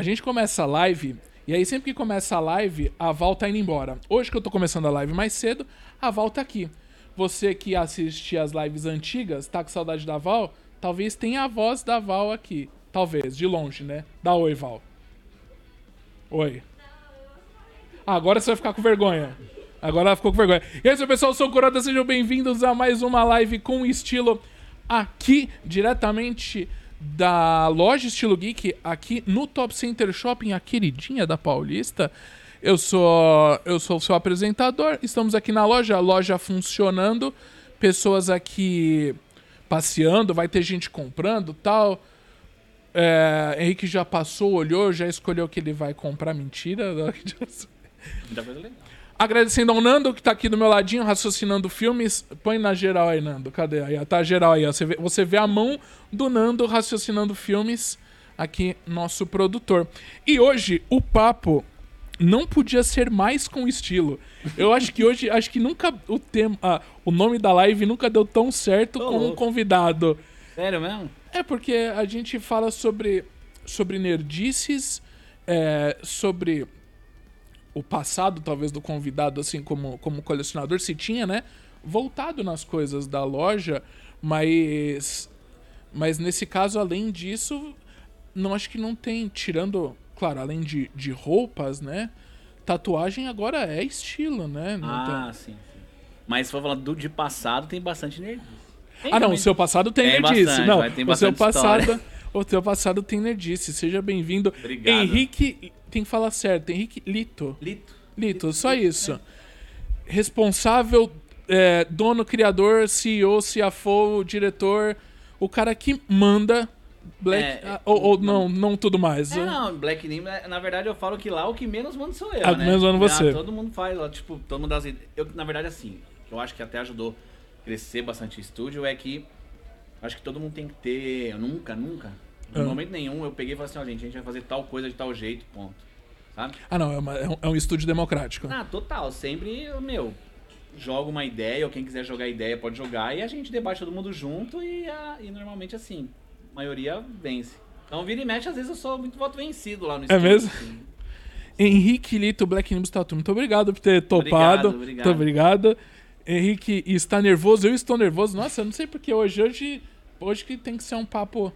gente começa a live, e aí sempre que começa a live, a Val tá indo embora. Hoje que eu tô começando a live mais cedo, a Val tá aqui. Você que assiste as lives antigas, tá com saudade da Val, talvez tenha a voz da Val aqui. Talvez, de longe, né? Dá oi, Val. Oi. Ah, agora você vai ficar com vergonha. Agora ela ficou com vergonha. E aí, seu pessoal, eu sou o Kuroda, sejam bem-vindos a mais uma live com estilo aqui, diretamente da loja Estilo Geek, aqui no Top Center Shopping, a queridinha da Paulista. Eu sou o seu apresentador, estamos aqui na loja, a loja funcionando, pessoas aqui passeando, vai ter gente comprando e tal. Henrique já passou, olhou, já escolheu o que ele vai comprar. Mentira. Muita coisa legal. Agradecendo ao Nando, que tá aqui do meu ladinho, raciocinando filmes. Põe na geral aí, Nando. Cadê? Aí, tá geral aí. Ó. Você vê a mão do Nando raciocinando filmes. Aqui, nosso produtor. E hoje, o papo não podia ser mais com estilo. Eu acho que hoje, nunca o nome da live nunca deu tão certo com um convidado. Sério mesmo? É porque a gente fala sobre nerdices, sobre o passado, talvez, do convidado, assim, como colecionador, se tinha, né? Voltado nas coisas da loja, mas nesse caso, além disso, não acho que não tem, tirando, claro, além de roupas, né? Tatuagem agora é estilo, né? Não sim. Mas se for falando de passado, tem bastante nerdice. Não, o seu passado tem nerdice. Bastante, não, tem o seu passado, história. o teu passado tem nerdice. Seja bem-vindo. Obrigado. Henrique, tem que falar certo, Henrique Lito, só isso. Responsável, dono, criador, CEO, CFO, diretor, o cara que manda Black... não tudo mais. Não, Black Nim, na verdade eu falo que lá o que menos manda sou eu, né? Menos manda você. Todo mundo faz lá, tipo, todo mundo dá as ideias. Na verdade, assim, eu acho que até ajudou crescer bastante o estúdio, é que acho que todo mundo tem que ter, nunca, em momento nenhum eu peguei e falei assim, gente, a gente vai fazer tal coisa de tal jeito, ponto. Sabe? Não, é um estúdio democrático. Total, sempre, joga uma ideia, ou quem quiser jogar ideia pode jogar, e a gente debate todo mundo junto, e normalmente assim, a maioria vence. Então vira e mexe, às vezes eu sou muito voto vencido lá no estúdio. É mesmo? Assim. Henrique Lito, Black Nimbus Tattoo, muito obrigado por ter topado. Obrigado. Muito obrigado. Henrique está nervoso, eu estou nervoso. Nossa, eu não sei porque hoje que tem que ser um papo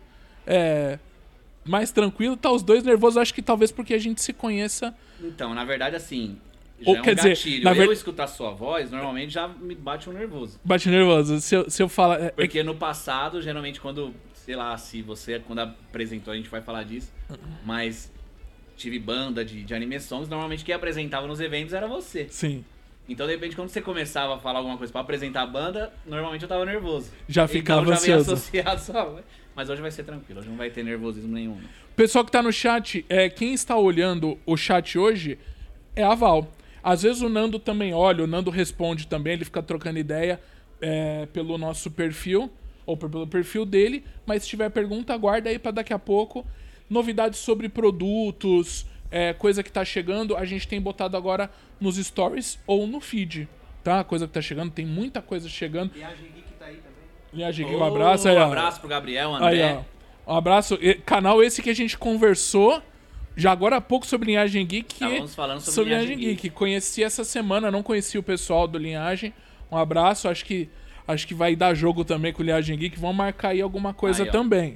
mais tranquilo, tá os dois nervosos, acho que talvez porque a gente se conheça. Então, na verdade, assim, Ou, quer dizer, gatilho. Escutar sua voz, normalmente já me bate um nervoso. Bate nervoso, se eu falar... Porque no passado, geralmente, quando, sei lá, quando apresentou, a gente vai falar disso, mas tive banda de anime songs, normalmente quem apresentava nos eventos era você. Sim. Então, de repente, quando você começava a falar alguma coisa pra apresentar a banda, normalmente eu tava nervoso. Já ficava então, ansioso. Já veio associado só. Mas hoje vai ser tranquilo, hoje não vai ter nervosismo nenhum. Pessoal que tá no chat, quem está olhando o chat hoje é a Val. Às vezes o Nando também olha, o Nando responde também, ele fica trocando ideia pelo nosso perfil, ou pelo perfil dele, mas se tiver pergunta, aguarda aí pra daqui a pouco. Novidades sobre produtos... coisa que tá chegando, a gente tem botado agora nos stories ou no feed, tá? Coisa que tá chegando, tem muita coisa chegando. Linhagem Geek tá aí também. Linhagem Geek, um abraço aí, ó. Um abraço pro Gabriel, André. Aí, ó. Um abraço. Canal esse que a gente conversou já agora há pouco sobre Linhagem Geek. Estávamos falando sobre Linhagem Geek. Conheci essa semana, não conheci o pessoal do Linhagem. Um abraço, acho que vai dar jogo também com o Linhagem Geek. Vamos marcar aí alguma coisa também.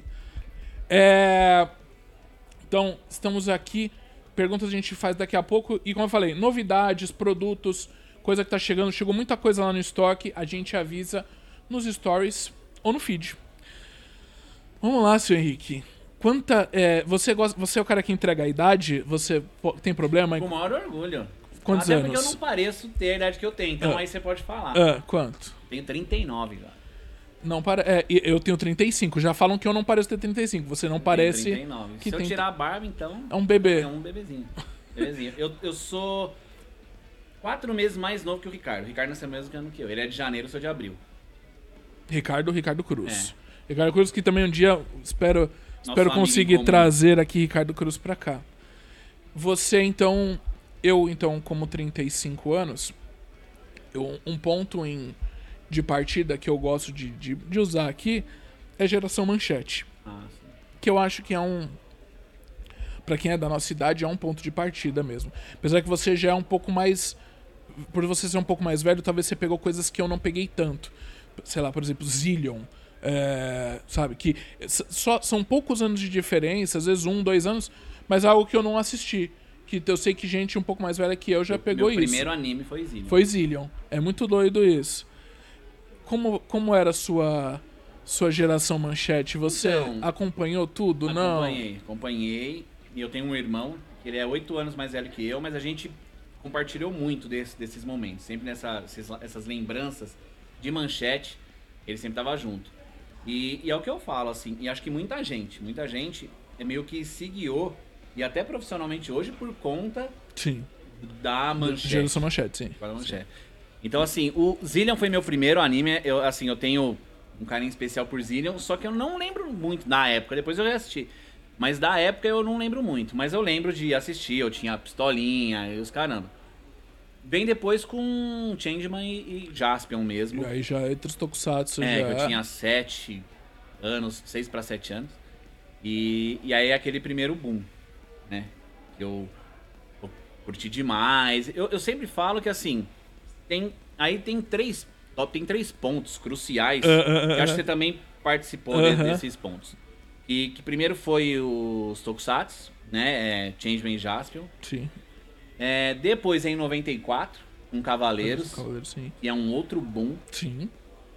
Então, estamos aqui. Perguntas a gente faz daqui a pouco. E como eu falei, novidades, produtos, coisa que tá chegando. Chegou muita coisa lá no estoque. A gente avisa nos stories ou no feed. Vamos lá, seu Henrique. Você é o cara que entrega a idade? Você tem problema? Com o maior orgulho. Quantos anos? Até porque eu não pareço ter a idade que eu tenho. Então aí você pode falar. Quanto? Tenho 39, cara. Não eu tenho 35. Já falam que eu não pareço ter 35. Você não parece... 39. Que Se eu tirar a barba, então... É um bebê. É um bebezinho. Eu sou 4 meses mais novo que o Ricardo. O Ricardo nasceu mesmo ano que eu. Ele é de janeiro, eu sou de abril. Ricardo Cruz. Ricardo Cruz, que também um dia espero conseguir comum. trazer aqui Ricardo Cruz pra cá. Você, então... Eu, então, como 35 anos... Um ponto de partida que eu gosto de usar aqui é geração manchete. Sim. Que eu acho que é um... pra quem é da nossa idade, é um ponto de partida mesmo. Apesar que você já é um pouco mais... Por você ser um pouco mais velho, talvez você pegou coisas que eu não peguei tanto. Sei lá, por exemplo, Zillion. Sabe, que só são poucos anos de diferença, às vezes 1, 2 anos, mas é algo que eu não assisti. Que eu sei que gente um pouco mais velha que eu já pegou isso. Meu primeiro anime foi Zillion. Foi Zillion. É muito doido isso. Como era a sua geração Manchete? Você acompanhou tudo? Acompanhei. E eu tenho um irmão, que ele é 8 anos mais velho que eu, mas a gente compartilhou muito desses momentos. Sempre essas lembranças de Manchete, ele sempre tava junto. E é o que eu falo, assim, e acho que muita gente é meio que se guiou, e até profissionalmente hoje, por conta da Manchete. Geração Manchete, sim. Manchete. Então, assim, o Zillion foi meu primeiro anime. Eu tenho um carinho especial por Zillion, só que eu não lembro muito da época. Depois eu já assisti. Mas da época eu não lembro muito. Mas eu lembro de assistir, eu tinha a pistolinha e os caramba. Vem depois com Changeman e Jaspion mesmo. E aí já entra os Tokusatsu. Que eu tinha 7 anos, 6 para 7 anos. E aí é aquele primeiro boom, né? Que eu curti demais. Eu sempre falo que assim, tem 3 pontos cruciais. Eu acho que você também participou desses pontos. E que primeiro foi os Tokusatsu, né? Changeman e Jaspion. Sim. Depois em 94, com Cavaleiros. Sim. E é um outro boom. Sim.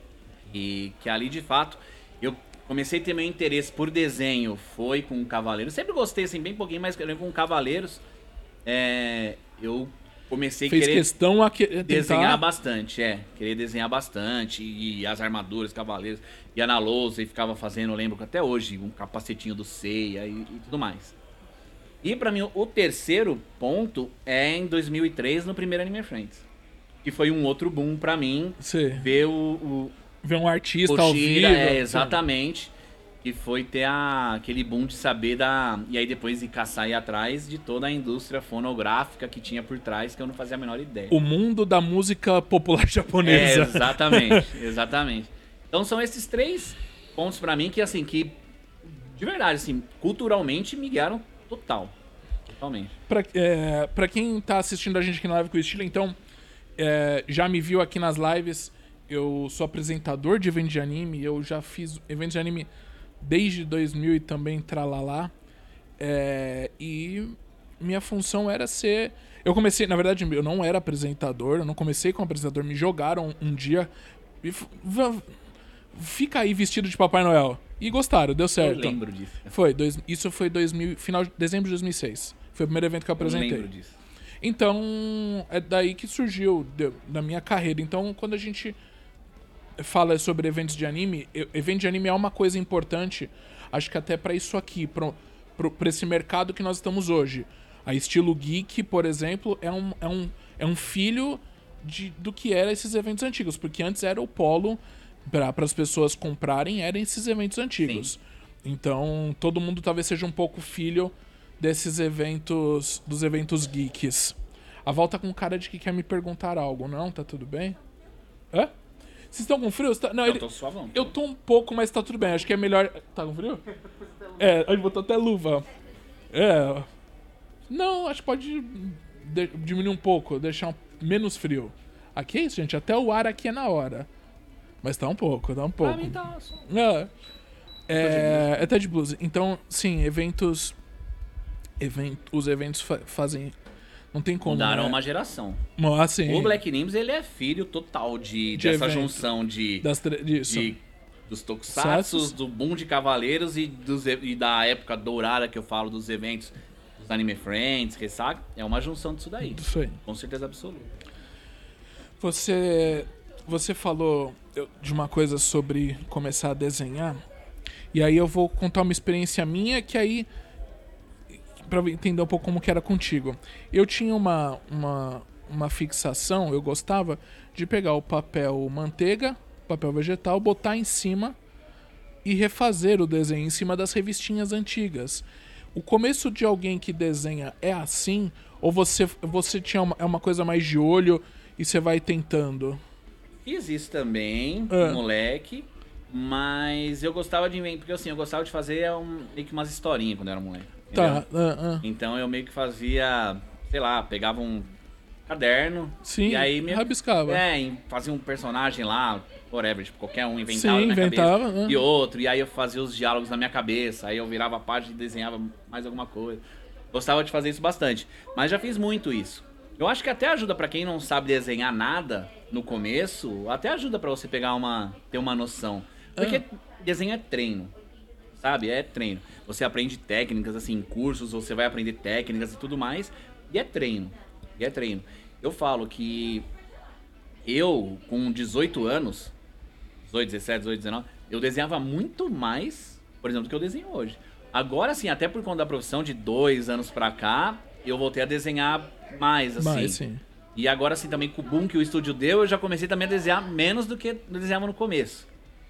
E que ali, de fato, eu comecei a ter meu interesse por desenho, foi com Cavaleiros. Sempre gostei, assim, bem pouquinho, mas com Cavaleiros, eu comecei a querer desenhar bastante, querer desenhar bastante, e as armaduras, Cavaleiros, ia na lousa e ficava fazendo, eu lembro que até hoje, um capacetinho do Seiya e tudo mais. E pra mim, o terceiro ponto é em 2003, no primeiro Anime Friends, que foi um outro boom pra mim, ver ver um artista Oshira, ao vivo. Exatamente. Que foi ter aquele boom de saber e aí depois ir caçar e ir atrás de toda a indústria fonográfica que tinha por trás, que eu não fazia a menor ideia. O mundo da música popular japonesa. Exatamente. Então são esses 3 pontos pra mim que, assim, que de verdade, assim, culturalmente me guiaram totalmente. Pra quem tá assistindo a gente aqui na live com o Estilo, então, já me viu aqui nas lives, eu sou apresentador de evento de anime, eu já fiz eventos de anime desde 2000 e também tralalá. E minha função era ser... Eu comecei, na verdade, eu não era apresentador, eu não comecei como apresentador, me jogaram um dia e fica aí vestido de Papai Noel. E gostaram, deu certo. Eu lembro disso. Isso foi final de dezembro de 2006. Foi o primeiro evento que eu apresentei. Eu lembro disso. Então, é daí que surgiu da minha carreira. Então, quando a gente fala sobre eventos de anime, evento de anime é uma coisa importante, acho que até pra isso aqui, pra esse mercado que nós estamos hoje. A Estilo Geek, por exemplo, é um filho do que eram esses eventos antigos, porque antes era o polo para as pessoas comprarem, eram esses eventos antigos. Sim. Então, todo mundo talvez seja um pouco filho desses eventos, dos eventos geeks. A Val tá com cara de que quer me perguntar algo, não? Tá tudo bem? Hã? Vocês estão com frio? Não, eu tô suavão. Eu tô um pouco, mas tá tudo bem. Acho que é melhor... Tá com frio? A gente botou até luva. Não, acho que pode diminuir um pouco, deixar menos frio. Aqui é isso, gente. Até o ar aqui é na hora. Mas tá um pouco. Pra mim tá só... Até de blusa. Então, sim, os eventos fazem... Não tem como, mudaram uma geração. Assim, o Black Nimbus, ele é filho total dessa evento. Junção dos Tokusatsu, do boom de Cavaleiros e da época dourada que eu falo dos eventos dos Anime Friends, Ressaca. É uma junção disso daí. Isso aí. Com certeza absoluta. Você falou de uma coisa sobre começar a desenhar. E aí eu vou contar uma experiência minha que aí... Pra entender um pouco como que era contigo. Eu tinha uma fixação, eu gostava de pegar o papel manteiga, papel vegetal, botar em cima e refazer o desenho em cima das revistinhas antigas. O começo de alguém que desenha é assim? Ou você tinha uma coisa mais de olho e você vai tentando? Fiz isso também, moleque, mas eu gostava de inventar, porque assim, eu gostava de fazer meio que umas historinhas quando eu era moleque. Tá. Então eu meio que fazia, sei lá, pegava um caderno. Sim, e aí rabiscava. e fazia um personagem lá, whatever, tipo, qualquer um, inventava Sim, na minha inventava. cabeça. E outro, e aí eu fazia os diálogos na minha cabeça, aí eu virava a página e desenhava mais alguma coisa. Gostava de fazer isso bastante, mas já fiz muito isso. Eu acho que até ajuda pra quem não sabe desenhar nada no começo, até ajuda pra você pegar ter uma noção. Porque desenho é treino, sabe? É treino. Você aprende técnicas, assim, em cursos, você vai aprender técnicas e tudo mais, e é treino. E é treino. Eu falo que eu, com 18 anos, 18, 17, 18, 19, eu desenhava muito mais, por exemplo, do que eu desenho hoje. Agora, sim, até por conta da profissão, de 2 anos pra cá, eu voltei a desenhar mais, assim. Mais, sim. E agora, assim, também com o boom que o estúdio deu, eu já comecei também a desenhar menos do que eu desenhava no começo.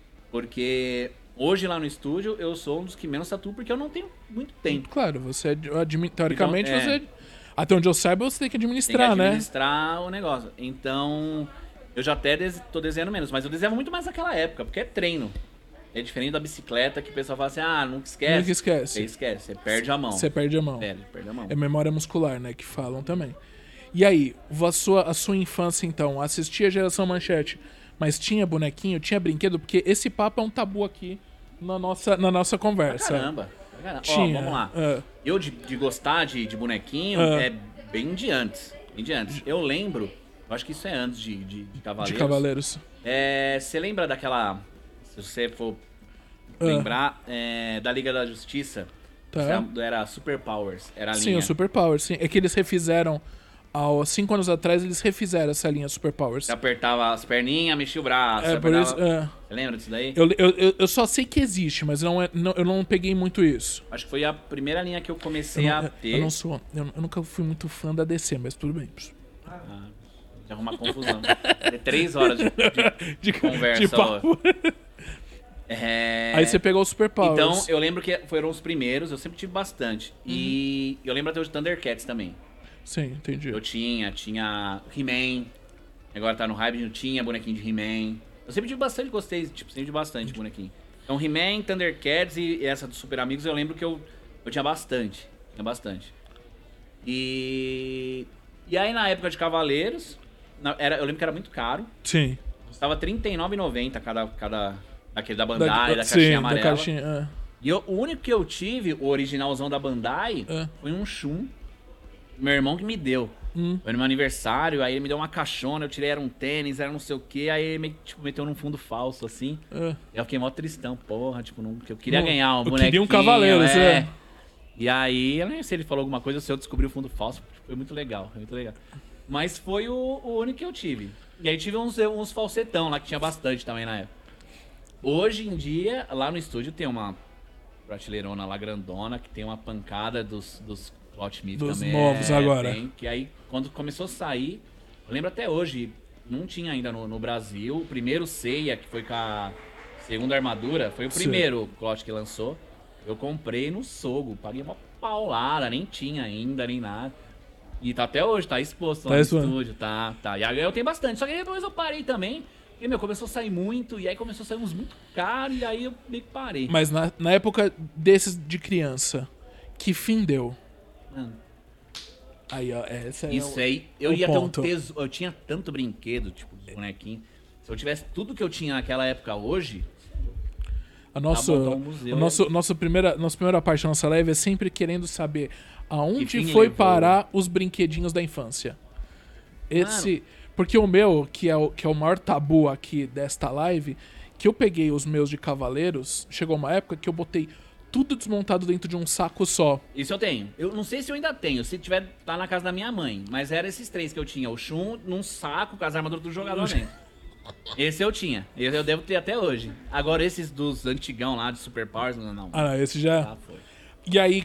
Porque hoje lá no estúdio, eu sou um dos que menos tatuo, porque eu não tenho muito tempo. Claro, você teoricamente Então, você. Até onde eu saiba, você tem que Tem que administrar, administrar o negócio. Então, eu já até tô desenhando menos, mas eu desenhava muito mais naquela época, porque é treino. É diferente da bicicleta, que o pessoal fala assim, nunca esquece. Nunca esquece. Você esquece, você perde a mão. Você perde a mão. Perde a mão. É memória muscular, né? Que falam também. E aí, a sua infância, então, assistia a Geração Manchete, mas tinha bonequinho, tinha brinquedo? Porque esse papo é um tabu aqui na nossa conversa. Caramba. Tinha. Ó, vamos lá. Eu de gostar de bonequinho é bem de antes. Bem de antes. Eu lembro, eu acho que isso é antes de Cavaleiros. De Cavaleiros. Você lembra daquela... Se você for lembrar, da Liga da Justiça, Tá. era Super Powers, era a Sim, linha. o Super Powers, sim. É que eles refizeram, há 5 anos atrás, eles refizeram essa linha Super Powers. Você apertava as perninhas, mexia o braço. É, por isso, Você lembra disso daí? eu só sei que existe, mas eu não peguei muito isso. Acho que foi a primeira linha que eu comecei a ter. Eu nunca fui muito fã da DC, mas tudo bem. De arrumar confusão. 3 horas de conversa. De papo. Aí você pegou o Super Powers. Então, eu lembro que foram os primeiros, eu sempre tive bastante. E eu lembro até os Thundercats também. Sim, entendi. Eu tinha He-Man. Agora tá no hype, eu tinha bonequinho de He-Man. Eu sempre tive bastante, gostei, sempre tive bastante bonequinho. Então, He-Man, Thundercats e essa dos Super Amigos, eu lembro que eu tinha bastante. Tinha bastante. E aí, na época de Cavaleiros, eu lembro que era muito caro. Sim. Custava R$39,90 cada aquele da Bandai, da caixinha amarela. Da caixinha, E o único que eu tive, o originalzão da Bandai, foi um Shun. Meu irmão que me deu. Foi no meu aniversário, aí ele me deu uma caixona, eu tirei, era um tênis, era não sei o que, aí ele meteu num fundo falso, assim. E eu fiquei mó tristão, porra, eu queria ganhar um bonequinho. Eu queria um cavaleiro, E aí, eu nem sei se ele falou alguma coisa, se eu descobri o fundo falso, foi muito legal, Mas foi o único que eu tive. E aí tive uns falsetão lá, que tinha bastante também na época. Hoje em dia, lá no estúdio tem uma prateleirona lá grandona, que tem uma pancada dos Plot Meat também. Dos novos agora. Que aí, quando começou a sair, eu lembro até hoje, não tinha ainda no Brasil. O primeiro Seiya, que foi com a segunda armadura, foi o primeiro Plot que lançou. Eu comprei no Sogo, paguei uma paulada, nem tinha ainda, nem nada. E tá até hoje, tá exposto lá no estúdio, tá. E aí eu tenho bastante, só que depois eu parei também. E, começou a sair muito, e aí começou a sair uns muito caros, e aí eu meio que parei. Mas na época desses de criança, que fim deu? Mano. Aí, ó, Isso aí, eu ia ter eu tinha tanto brinquedo, tipo, dos bonequinhos. Se eu tivesse tudo que eu tinha naquela época hoje... Nossa primeira parte da nossa live é sempre querendo saber aonde foi parar os brinquedinhos da infância. Porque o meu, que é o maior tabu aqui desta live, que eu peguei os meus de Cavaleiros, chegou uma época que eu botei tudo desmontado dentro de um saco só. Isso eu tenho. Eu não sei se eu ainda tenho, se tiver, tá na casa da minha mãe. Mas era esses 3 que eu tinha. O Shun num saco com as armaduras do jogador dentro. Esse eu tinha. Eu devo ter até hoje. Agora esses dos antigão lá, de Super Powers, não. Esse já... Ah, foi. E aí,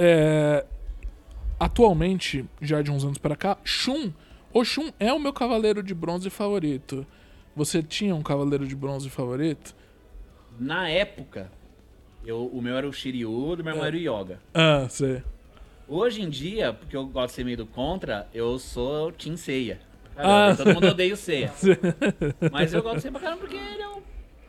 atualmente, já de uns anos pra cá, o Shun é o meu cavaleiro de bronze favorito. Você tinha um cavaleiro de bronze favorito? Na época, o meu era o Shiryu, do meu irmão era o Yoga. Sei. Hoje em dia, porque eu gosto de ser meio do contra, eu sou Team Seiya. Todo mundo odeia o Seiya. Mas eu gosto de ser pra caramba porque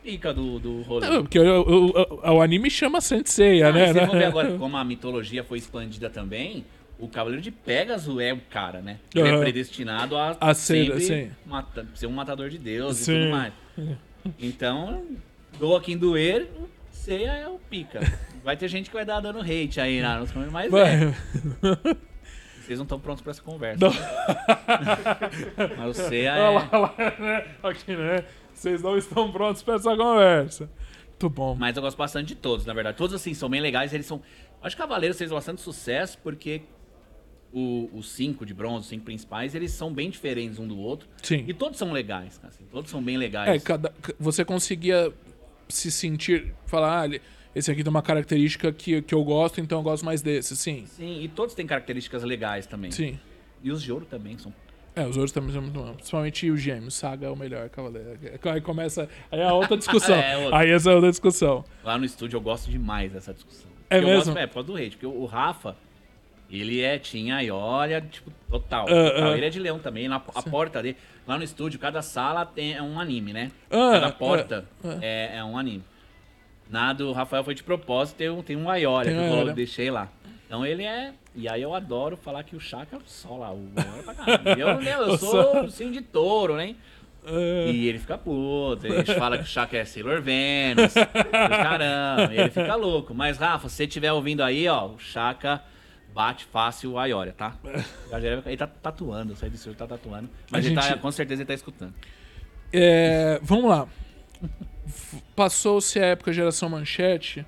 pica do rolê. Não, porque o anime chama Saint Seiya, né? Vocês vão ver agora como a mitologia foi expandida também. O Cavaleiro de Pégaso é o cara, né? Ele é predestinado a ser, sempre ser um matador de Deus e tudo mais. Então, doa quem doer, Seiya é o pica. Vai ter gente que vai dar dando hate aí nos comentários, mas vocês não estão prontos pra essa conversa. Mas o Seiya é... Olha lá, né? Aqui, né? Vocês não estão prontos pra essa conversa. Muito bom. Mas eu gosto bastante de todos, na verdade. Todos, assim, são bem legais. Eles são... Acho que Cavaleiros fez bastante sucesso porque os 5 de bronze, os 5 principais, eles são bem diferentes um do outro. Sim. E todos são legais, assim. Todos são bem legais. Você conseguia se sentir... Falar, esse aqui tem uma característica que eu gosto, então eu gosto mais desse, sim. Sim, e todos têm características legais também. Sim. E os de ouro também são... Os outros também são muito bons. Principalmente o Gêmeos. Saga é o melhor cavaleiro. Aí começa... Aí é a outra discussão. Aí essa é outra discussão. Lá no estúdio eu gosto demais dessa discussão. É mesmo? Por causa do hate. Porque o Rafa, ele tinha e olha, tipo, total. Ele é de leão também. A porta dele... Lá no estúdio, cada sala é um anime, né? Cada porta é um anime. Na do Rafael foi de propósito, tem um Aioria que eu deixei lá. Então ele é... E aí eu adoro falar que o Shaka é só lá, o Aioria pra caramba. Eu sou sim de touro, né? E ele fica puto, ele fala que o Shaka é Sailor Venus, caramba, e ele fica louco. Mas Rafa, se você estiver ouvindo aí, ó, o Shaka bate fácil o Aioria, tá? Ele tá tatuando, sai disso, ele tá tatuando. Mas com certeza ele tá escutando. Vamos lá. Passou-se a época geração manchete.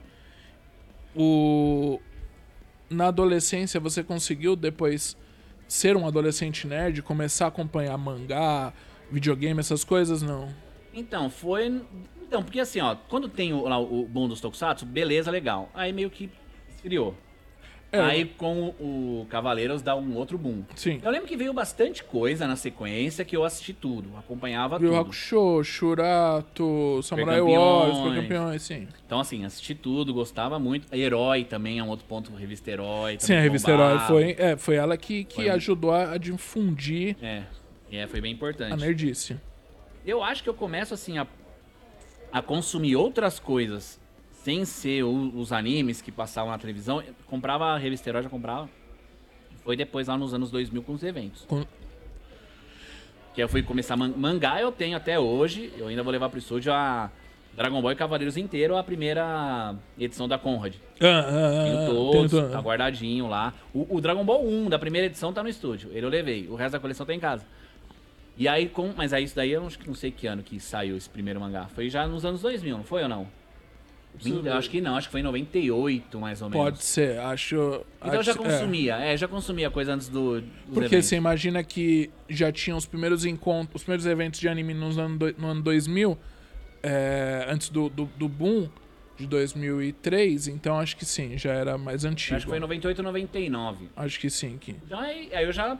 Na adolescência você conseguiu depois ser um adolescente nerd, começar a acompanhar mangá, videogame, essas coisas, não? Então, porque assim, ó, quando tem lá o boom dos tokusatsu, beleza, legal. Aí meio que esfriou. Aí com o Cavaleiros dá um outro boom. Sim. Eu lembro que veio bastante coisa na sequência que eu assisti tudo, acompanhava Yu tudo. Hakusho, Shurato, Samurai Warriors, Super Campeões, sim. Então assim, assisti tudo, gostava muito. Herói também é um outro ponto, revista Herói. Sim, a revista Herói foi ela que ajudou a difundir foi bem importante. A nerdice. Eu acho que eu começo assim a consumir outras coisas sem ser os animes que passavam na televisão. Eu comprava a revista Herói, já comprava. Foi depois lá nos anos 2000 com os eventos. Que eu fui começar mangá, eu tenho até hoje. Eu ainda vou levar pro estúdio a Dragon Ball e Cavaleiros inteiro, a primeira edição da Conrad. Tenho todos, tá guardadinho lá. O Dragon Ball 1 da primeira edição tá no estúdio. Ele eu levei. O resto da coleção tá em casa. E aí, mas aí isso daí eu não sei que ano que saiu esse primeiro mangá. Foi já nos anos 2000, não foi ou não? Eu acho que não, acho que foi em 98, mais ou menos. Pode ser, acho... Então eu já consumia, já consumia coisa antes dos Porque eventos. você imagina que já tinham os primeiros encontros, os primeiros eventos de anime no ano 2000, antes do boom de 2003, então acho que sim, já era mais antigo. Acho que foi em 98, 99. Acho que sim. Então aí eu já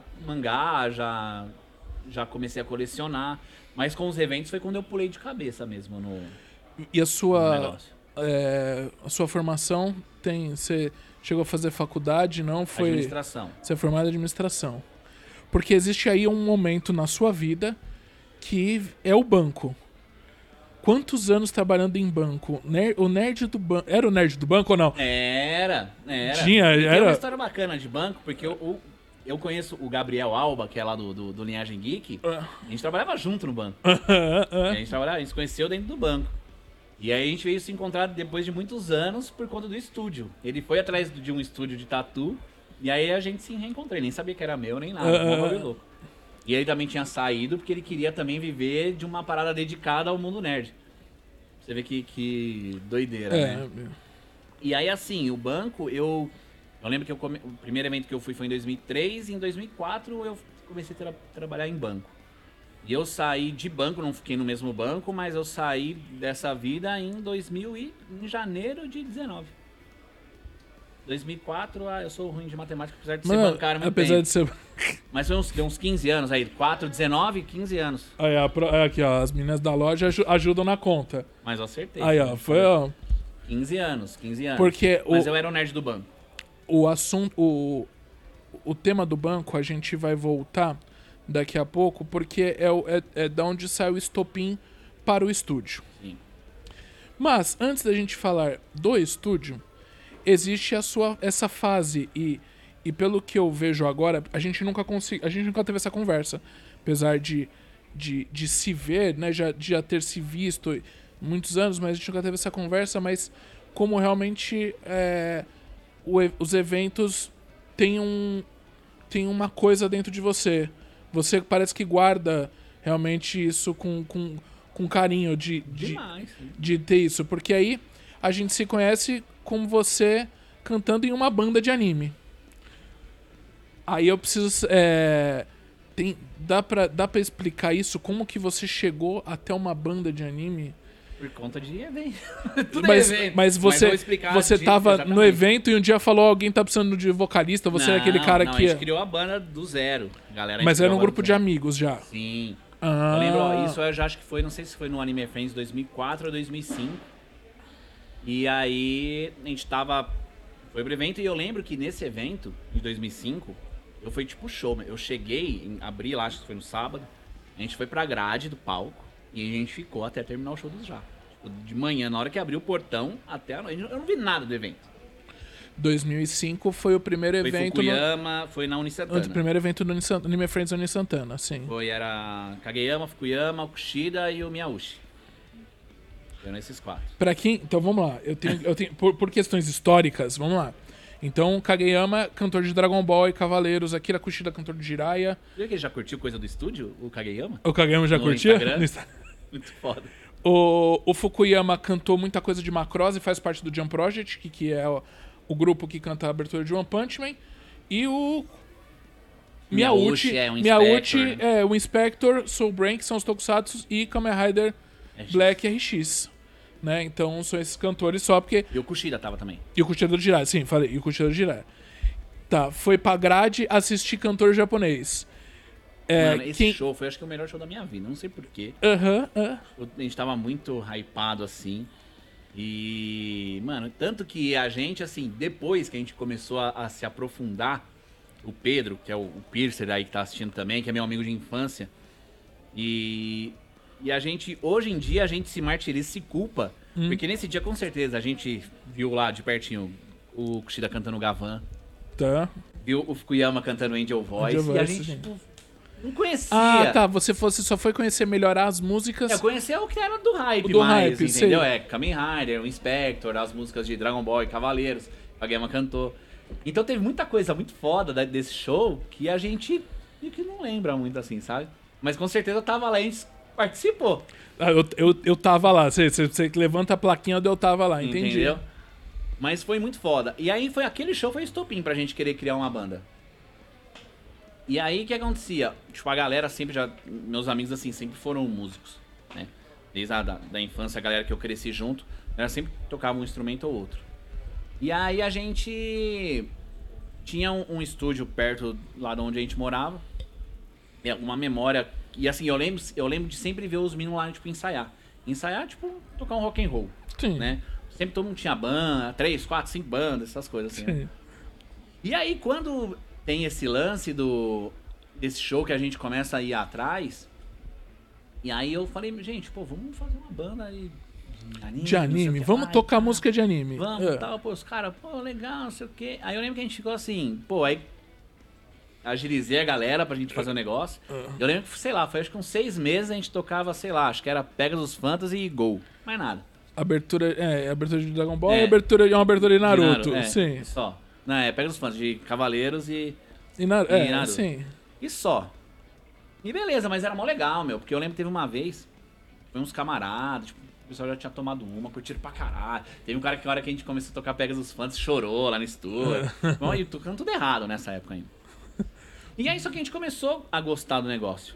já comecei a colecionar, mas com os eventos foi quando eu pulei de cabeça mesmo no E a sua... negócio. A sua formação você chegou a fazer faculdade, não? Foi Administração. Você é formado em administração. Porque existe aí um momento na sua vida que é o banco. Quantos anos trabalhando em banco? O nerd do banco... Era o nerd do banco ou não? Era. Tem uma história bacana de banco, porque eu conheço o Gabriel Alba, que é lá do Linhagem Geek. A gente trabalhava junto no banco. A gente se conheceu dentro do banco. E aí a gente veio se encontrar depois de muitos anos por conta do estúdio. Ele foi atrás de um estúdio de tatu, e aí a gente se reencontrou. Ele nem sabia que era meu, nem nada. Louco. E ele também tinha saído porque ele queria também viver de uma parada dedicada ao mundo nerd. Você vê que doideira, né? E aí assim, o banco, eu lembro que o primeiro evento que eu fui foi em 2003, e em 2004 eu comecei a trabalhar em banco. E eu saí de banco, não fiquei no mesmo banco, mas eu saí dessa vida em janeiro de 19. 2004, eu sou ruim de matemática, apesar de ser bancário muito apesar tempo. de ser... Mas foi uns 15 anos aí, 4, 19, 15 anos. Aí, aqui, ó, as meninas da loja ajudam na conta. Mas eu acertei. Aí, ó, foi, ó... 15 anos. Porque mas eu era o nerd do banco. O assunto, o tema do banco, a gente vai voltar daqui a pouco, porque é da onde sai o estopim para o estúdio. Sim. Mas, antes da gente falar do estúdio, existe essa fase e pelo que eu vejo agora, a gente nunca teve essa conversa. Apesar de se ver, né, de já ter se visto muitos anos, mas a gente nunca teve essa conversa, mas como realmente os eventos têm uma coisa dentro de você. Você parece que guarda realmente isso com carinho de ter isso. Porque aí a gente se conhece como você cantando em uma banda de anime. Aí eu preciso... Dá pra explicar isso? Como que você chegou até uma banda de anime? Por conta de evento. Mas você tava exatamente no evento e um dia falou, alguém tá precisando de vocalista, você é aquele cara que... a gente criou a banda do zero. Mas era um grupo de amigos já. Sim. Eu lembro, isso eu já acho que foi, não sei se foi no Anime Friends 2004 ou 2005. E aí a gente foi pro evento e eu lembro que nesse evento, em 2005, eu fui tipo show. Eu cheguei em abril, acho que foi no sábado, a gente foi pra grade do palco e a gente ficou até terminar o show do Já. Tipo, de manhã, na hora que abriu o portão, até a noite, eu não vi nada do evento. 2005 foi o primeiro evento... Foi Fukuyama, foi na Unisantana. O primeiro evento do Anime Friends Unisantana, sim. Era Kageyama, Fukuyama, o Kushida e o Miyauchi. Eram esses 4. Pra quem... Então vamos lá. Eu tenho por questões históricas, vamos lá. Então, Kageyama, cantor de Dragon Ball e Cavaleiros. Akira Kushida, cantor de Jiraiya. Viu que ele já curtiu coisa do estúdio, o Kageyama? O Kageyama já curtiu? Muito foda. O Fukuyama cantou muita coisa de Macross e faz parte do Jump Project, que é o grupo que canta a abertura de One Punch Man. E o Miyauchi o Inspector, Soul Brain, que são os Tokusatsu, e Kamen Rider Black RX. Né? Então são esses cantores só porque... E o Kushida tava também. E o Kushida do Jiraiya, sim, falei. E o Kushida do Jiraiya. Tá, foi pra grade assistir cantor japonês. Mano, esse show foi acho que o melhor show da minha vida, não sei porquê. A gente tava muito hypado assim. E, mano, tanto que a gente, assim, depois que a gente começou a se aprofundar, o Pedro, que é o Piercer aí que tá assistindo também, que é meu amigo de infância, e a gente, hoje em dia, a gente se martiriza, se culpa, porque nesse dia, com certeza, a gente viu lá de pertinho o Kushida cantando Gavan, tá. Viu o Fukuyama cantando Angel Voice, e a gente, tipo, não conhecia. Ah, tá. Você só foi conhecer melhor as músicas. Eu conhecia o que era do hype, entendeu? Sei. Kamen Rider, o Inspector, as músicas de Dragon Ball, Cavaleiros, a Gema cantou. Então teve muita coisa muito foda desse show que a gente que não lembra muito assim, sabe? Mas com certeza eu tava lá e a gente participou. Eu tava lá. Você levanta a plaquinha onde eu tava lá, entendi. Entendeu? Mas foi muito foda. E aí aquele show foi estopim pra gente querer criar uma banda. E aí o que acontecia? Tipo, a galera sempre meus amigos assim, sempre foram músicos, né? Desde da infância, a galera que eu cresci junto, ela sempre tocava um instrumento ou outro. E aí a gente tinha um estúdio perto lá de onde a gente morava. Uma memória. E assim, eu lembro de sempre ver os meninos lá, tipo, ensaiar. Ensaiar, tipo, tocar um rock and roll. Sim. Né? Sempre todo mundo tinha banda, 3, 4, 5 bandas, essas coisas assim. Né? E aí, quando tem esse lance desse show que a gente começa a ir atrás, e aí eu falei, gente, pô, vamos fazer uma banda aí de anime, vamos tocar música de anime. Vamos, tal, pô, os caras, pô, legal, não sei o quê. Aí eu lembro que a gente ficou assim, pô, aí agilizei a galera pra gente fazer o negócio. Eu lembro que, sei lá, foi acho que uns 6 meses a gente tocava, sei lá, acho que era Pegasus Fantasy e Gol, mais nada. Abertura de Dragon Ball e uma abertura de Naruto, sim. Só. Não, Pegasus Fantasy, de Cavaleiros e Naruto. Sim. E só. E beleza, mas era mó legal, meu, porque eu lembro que teve uma vez, foi uns camaradas, tipo, o pessoal já tinha tomado curtiram pra caralho. Teve um cara que na hora que a gente começou a tocar Pegasus Fantasy chorou lá no estúdio. Bom, e tocando tudo errado nessa época ainda. E aí só que a gente começou a gostar do negócio.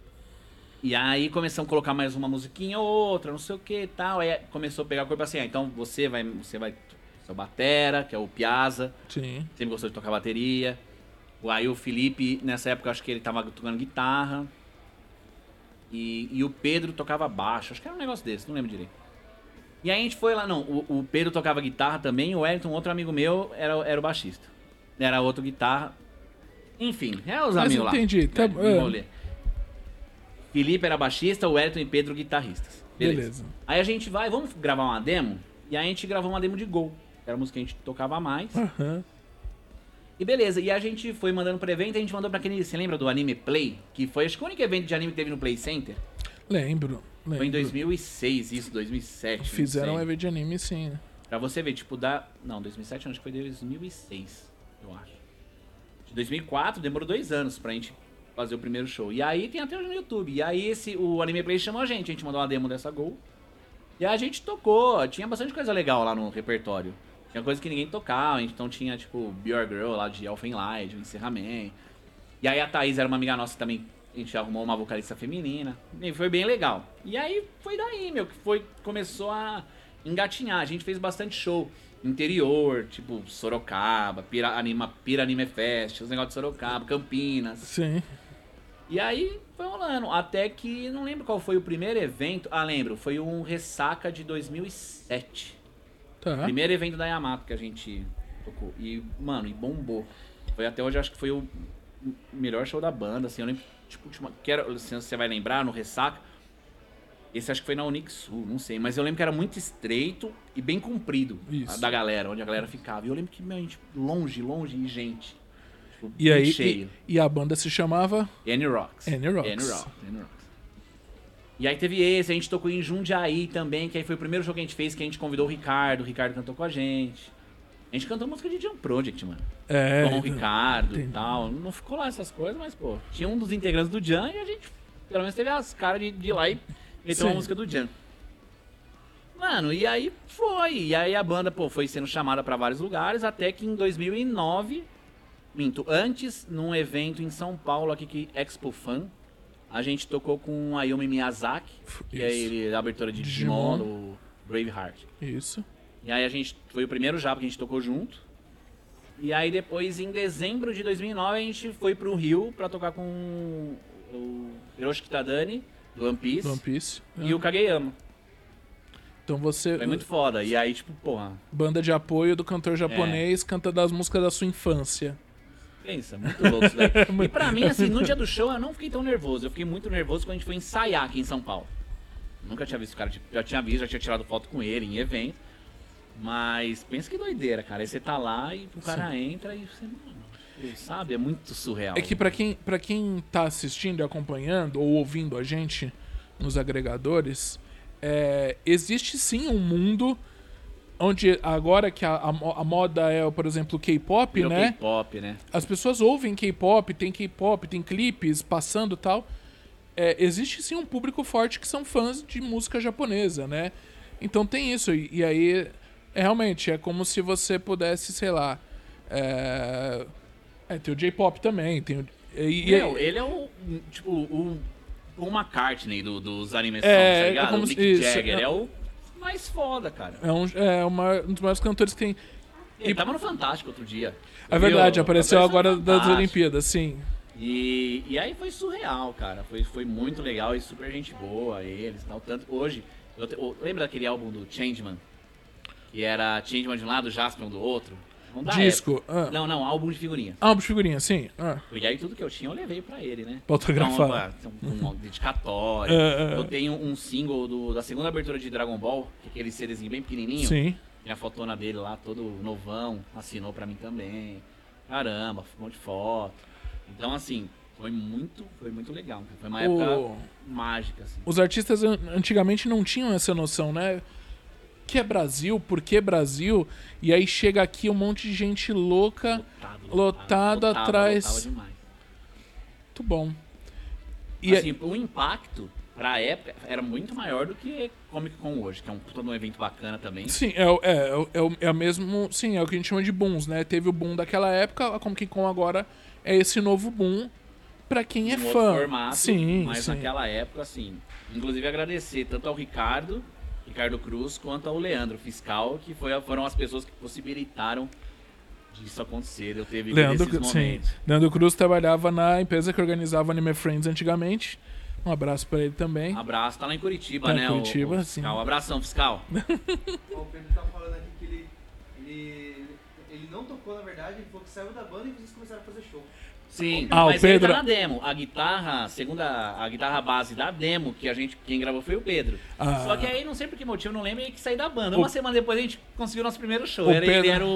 E aí começamos a colocar mais uma musiquinha ou outra, não sei o que e tal. Aí começou a pegar a corpo assim, então você vai seu batera, que é o Piazza. Sim. Sempre gostou de tocar bateria. Aí o Felipe, nessa época, acho que ele tava tocando guitarra. E o Pedro tocava baixo. Acho que era um negócio desse, não lembro direito. E aí a gente foi lá, não, o Pedro tocava guitarra também, o Wellington, outro amigo meu, era o baixista. Era outro guitarra. Enfim, os amigos lá. Entendi. Felipe era baixista, o Wellington e Pedro guitarristas. Beleza. Aí a gente vai, vamos gravar uma demo? E aí a gente gravou uma demo de Gol. Era a música que a gente tocava mais. Aham. E beleza, e a gente foi mandando pro evento, a gente mandou pra aquele, você lembra do Anime Play? Que foi, acho que o único evento de anime que teve no Play Center. Lembro. Foi em 2006, isso, 2007. Fizeram não um sei. evento de anime, sim. Pra você ver, tipo, Não, 2007 acho que foi 2006, eu acho. De 2004 demorou 2 anos pra gente fazer o primeiro show. E aí tem até hoje no YouTube. E aí o Anime Play chamou a gente mandou uma demo dessa Gol. E a gente tocou, tinha bastante coisa legal lá no repertório. Tinha coisa que ninguém tocava, então tinha, tipo, Be Your Girl lá de Elfenlight, o Encerramento. E aí a Thaís era uma amiga nossa também, a gente arrumou uma vocalista feminina. E foi bem legal. E aí foi daí, meu, que começou a engatinhar. A gente fez bastante show interior, tipo Sorocaba, Pira Anime Fest, os negócios de Sorocaba, Campinas. Sim. E aí foi rolando, até que não lembro qual foi o primeiro evento. Ah, lembro, foi um Ressaca de 2007. Tá. Primeiro evento da Yamato que a gente tocou. E, mano, e bombou. Foi até hoje, acho que foi o melhor show da banda, assim, eu lembro, tipo, se você vai lembrar, no Ressaca, esse acho que foi na Unixul, não sei, mas eu lembro que era muito estreito e bem comprido. Isso. Da galera, onde a galera ficava. E eu lembro que, meu, gente, longe e gente. Tipo, E aí, cheio. e a banda se chamava N-Rocks. N-Rocks. E aí teve esse, a gente tocou em Jundiaí também, que aí foi o primeiro jogo que a gente fez, que a gente convidou o Ricardo cantou com a gente. A gente cantou música de Jam Project, mano. É. Com o Ricardo entendi. e tal. Não ficou lá essas coisas, mas, pô, tinha um dos integrantes do Jam e a gente, pelo menos, teve as caras de ir lá e meter uma Sim. música do Jam. Mano, e aí foi. E aí a banda, pô, foi sendo chamada pra vários lugares, até que em 2009, antes, num evento em São Paulo, aqui que Expo Fan, a gente tocou com o Ayumi Miyazaki, que é ele, a abertura de Digimon, do Braveheart. Isso. E aí a gente, foi o primeiro Japa que a gente tocou junto. E aí depois, em dezembro de 2009, a gente foi pro Rio pra tocar com o Hiroshi Kitadani, do One Piece, Do One Piece. e o Kageyama. Então você, Foi muito foda. E aí, tipo, porra, banda de apoio do cantor japonês, canta das músicas da sua infância. pensa, muito louco isso daí. E pra mim, assim, no dia do show eu não fiquei tão nervoso. Eu fiquei muito nervoso quando a gente foi ensaiar aqui em São Paulo. Nunca tinha visto o cara, tipo, já tinha visto, já tinha tirado foto com ele em evento. Mas pensa que doideira, cara. Aí você tá lá e o cara entra e você, mano, sabe? É muito surreal. É que pra quem tá assistindo e acompanhando ou ouvindo a gente nos agregadores, existe sim um mundo onde agora que a moda é, por exemplo, o K-pop, Virou né? K-pop, né? As pessoas ouvem K-pop, tem clipes passando e tal. Existe sim um público forte que são fãs de música japonesa, né? Então tem isso. E aí, realmente, é como se você pudesse, sei lá... tem o J-pop também. Ele é o, tipo, o Paul McCartney dos animes, tá ligado? como o Mick isso, Jagger. É o mais foda, cara. Um dos maiores cantores que tem... Ele tava no Fantástico outro dia. É verdade, Viu? apareceu agora no das Fantástico. Olimpíadas, sim. E aí foi surreal, cara. Foi muito legal e super gente boa, eles e tal. Tanto hoje, lembra daquele álbum do Changeman? Que era Changeman de um lado, Jaspion do outro? Não dá Disco. época. Não, álbum de figurinha. Álbum de figurinha, sim. E aí tudo que eu tinha eu levei pra ele, né? Pra autografar. Então, um dedicatório. Eu tenho um single da segunda abertura de Dragon Ball, que é aquele CDzinho bem pequenininho. Sim. Tem a fotona dele lá, todo novão, assinou pra mim também. Caramba, um monte de foto. Então, assim, foi muito legal. Foi uma época mágica, assim. Os artistas antigamente não tinham essa noção, né? Que é Brasil, por que Brasil? E aí chega aqui um monte de gente louca, lotado atrás. Lotava demais. Muito bom. E assim, o impacto pra época era muito maior do que Comic Con hoje, que é todo um evento bacana também. Sim, é o mesmo. Sim, é o que a gente chama de booms, né? Teve o boom daquela época, a Comic Con agora é esse novo boom pra quem é Um fã. outro formato, sim, mas sim. naquela época, assim. Inclusive agradecer tanto ao Ricardo Cruz, quanto ao Leandro Fiscal, que foram as pessoas que possibilitaram disso acontecer. Eu teve esses momentos. Leandro Cruz trabalhava na empresa que organizava Anime Friends antigamente. Um abraço pra ele também. Abraço, tá lá em Curitiba, Tá em né? Curitiba, o sim. Fiscal. Abração, Fiscal. O Pedro tá falando aqui que ele não tocou, na verdade, ele falou que saiu da banda e vocês começaram a fazer show. Sim, Ah, o mas ele Pedro- tá na demo. A guitarra, a guitarra base da demo, quem gravou foi o Pedro. Ah. Só que aí, não sei por que motivo, não lembro, ele que saiu da banda. Uma semana depois a gente conseguiu o nosso primeiro show. O Ele Pedro- era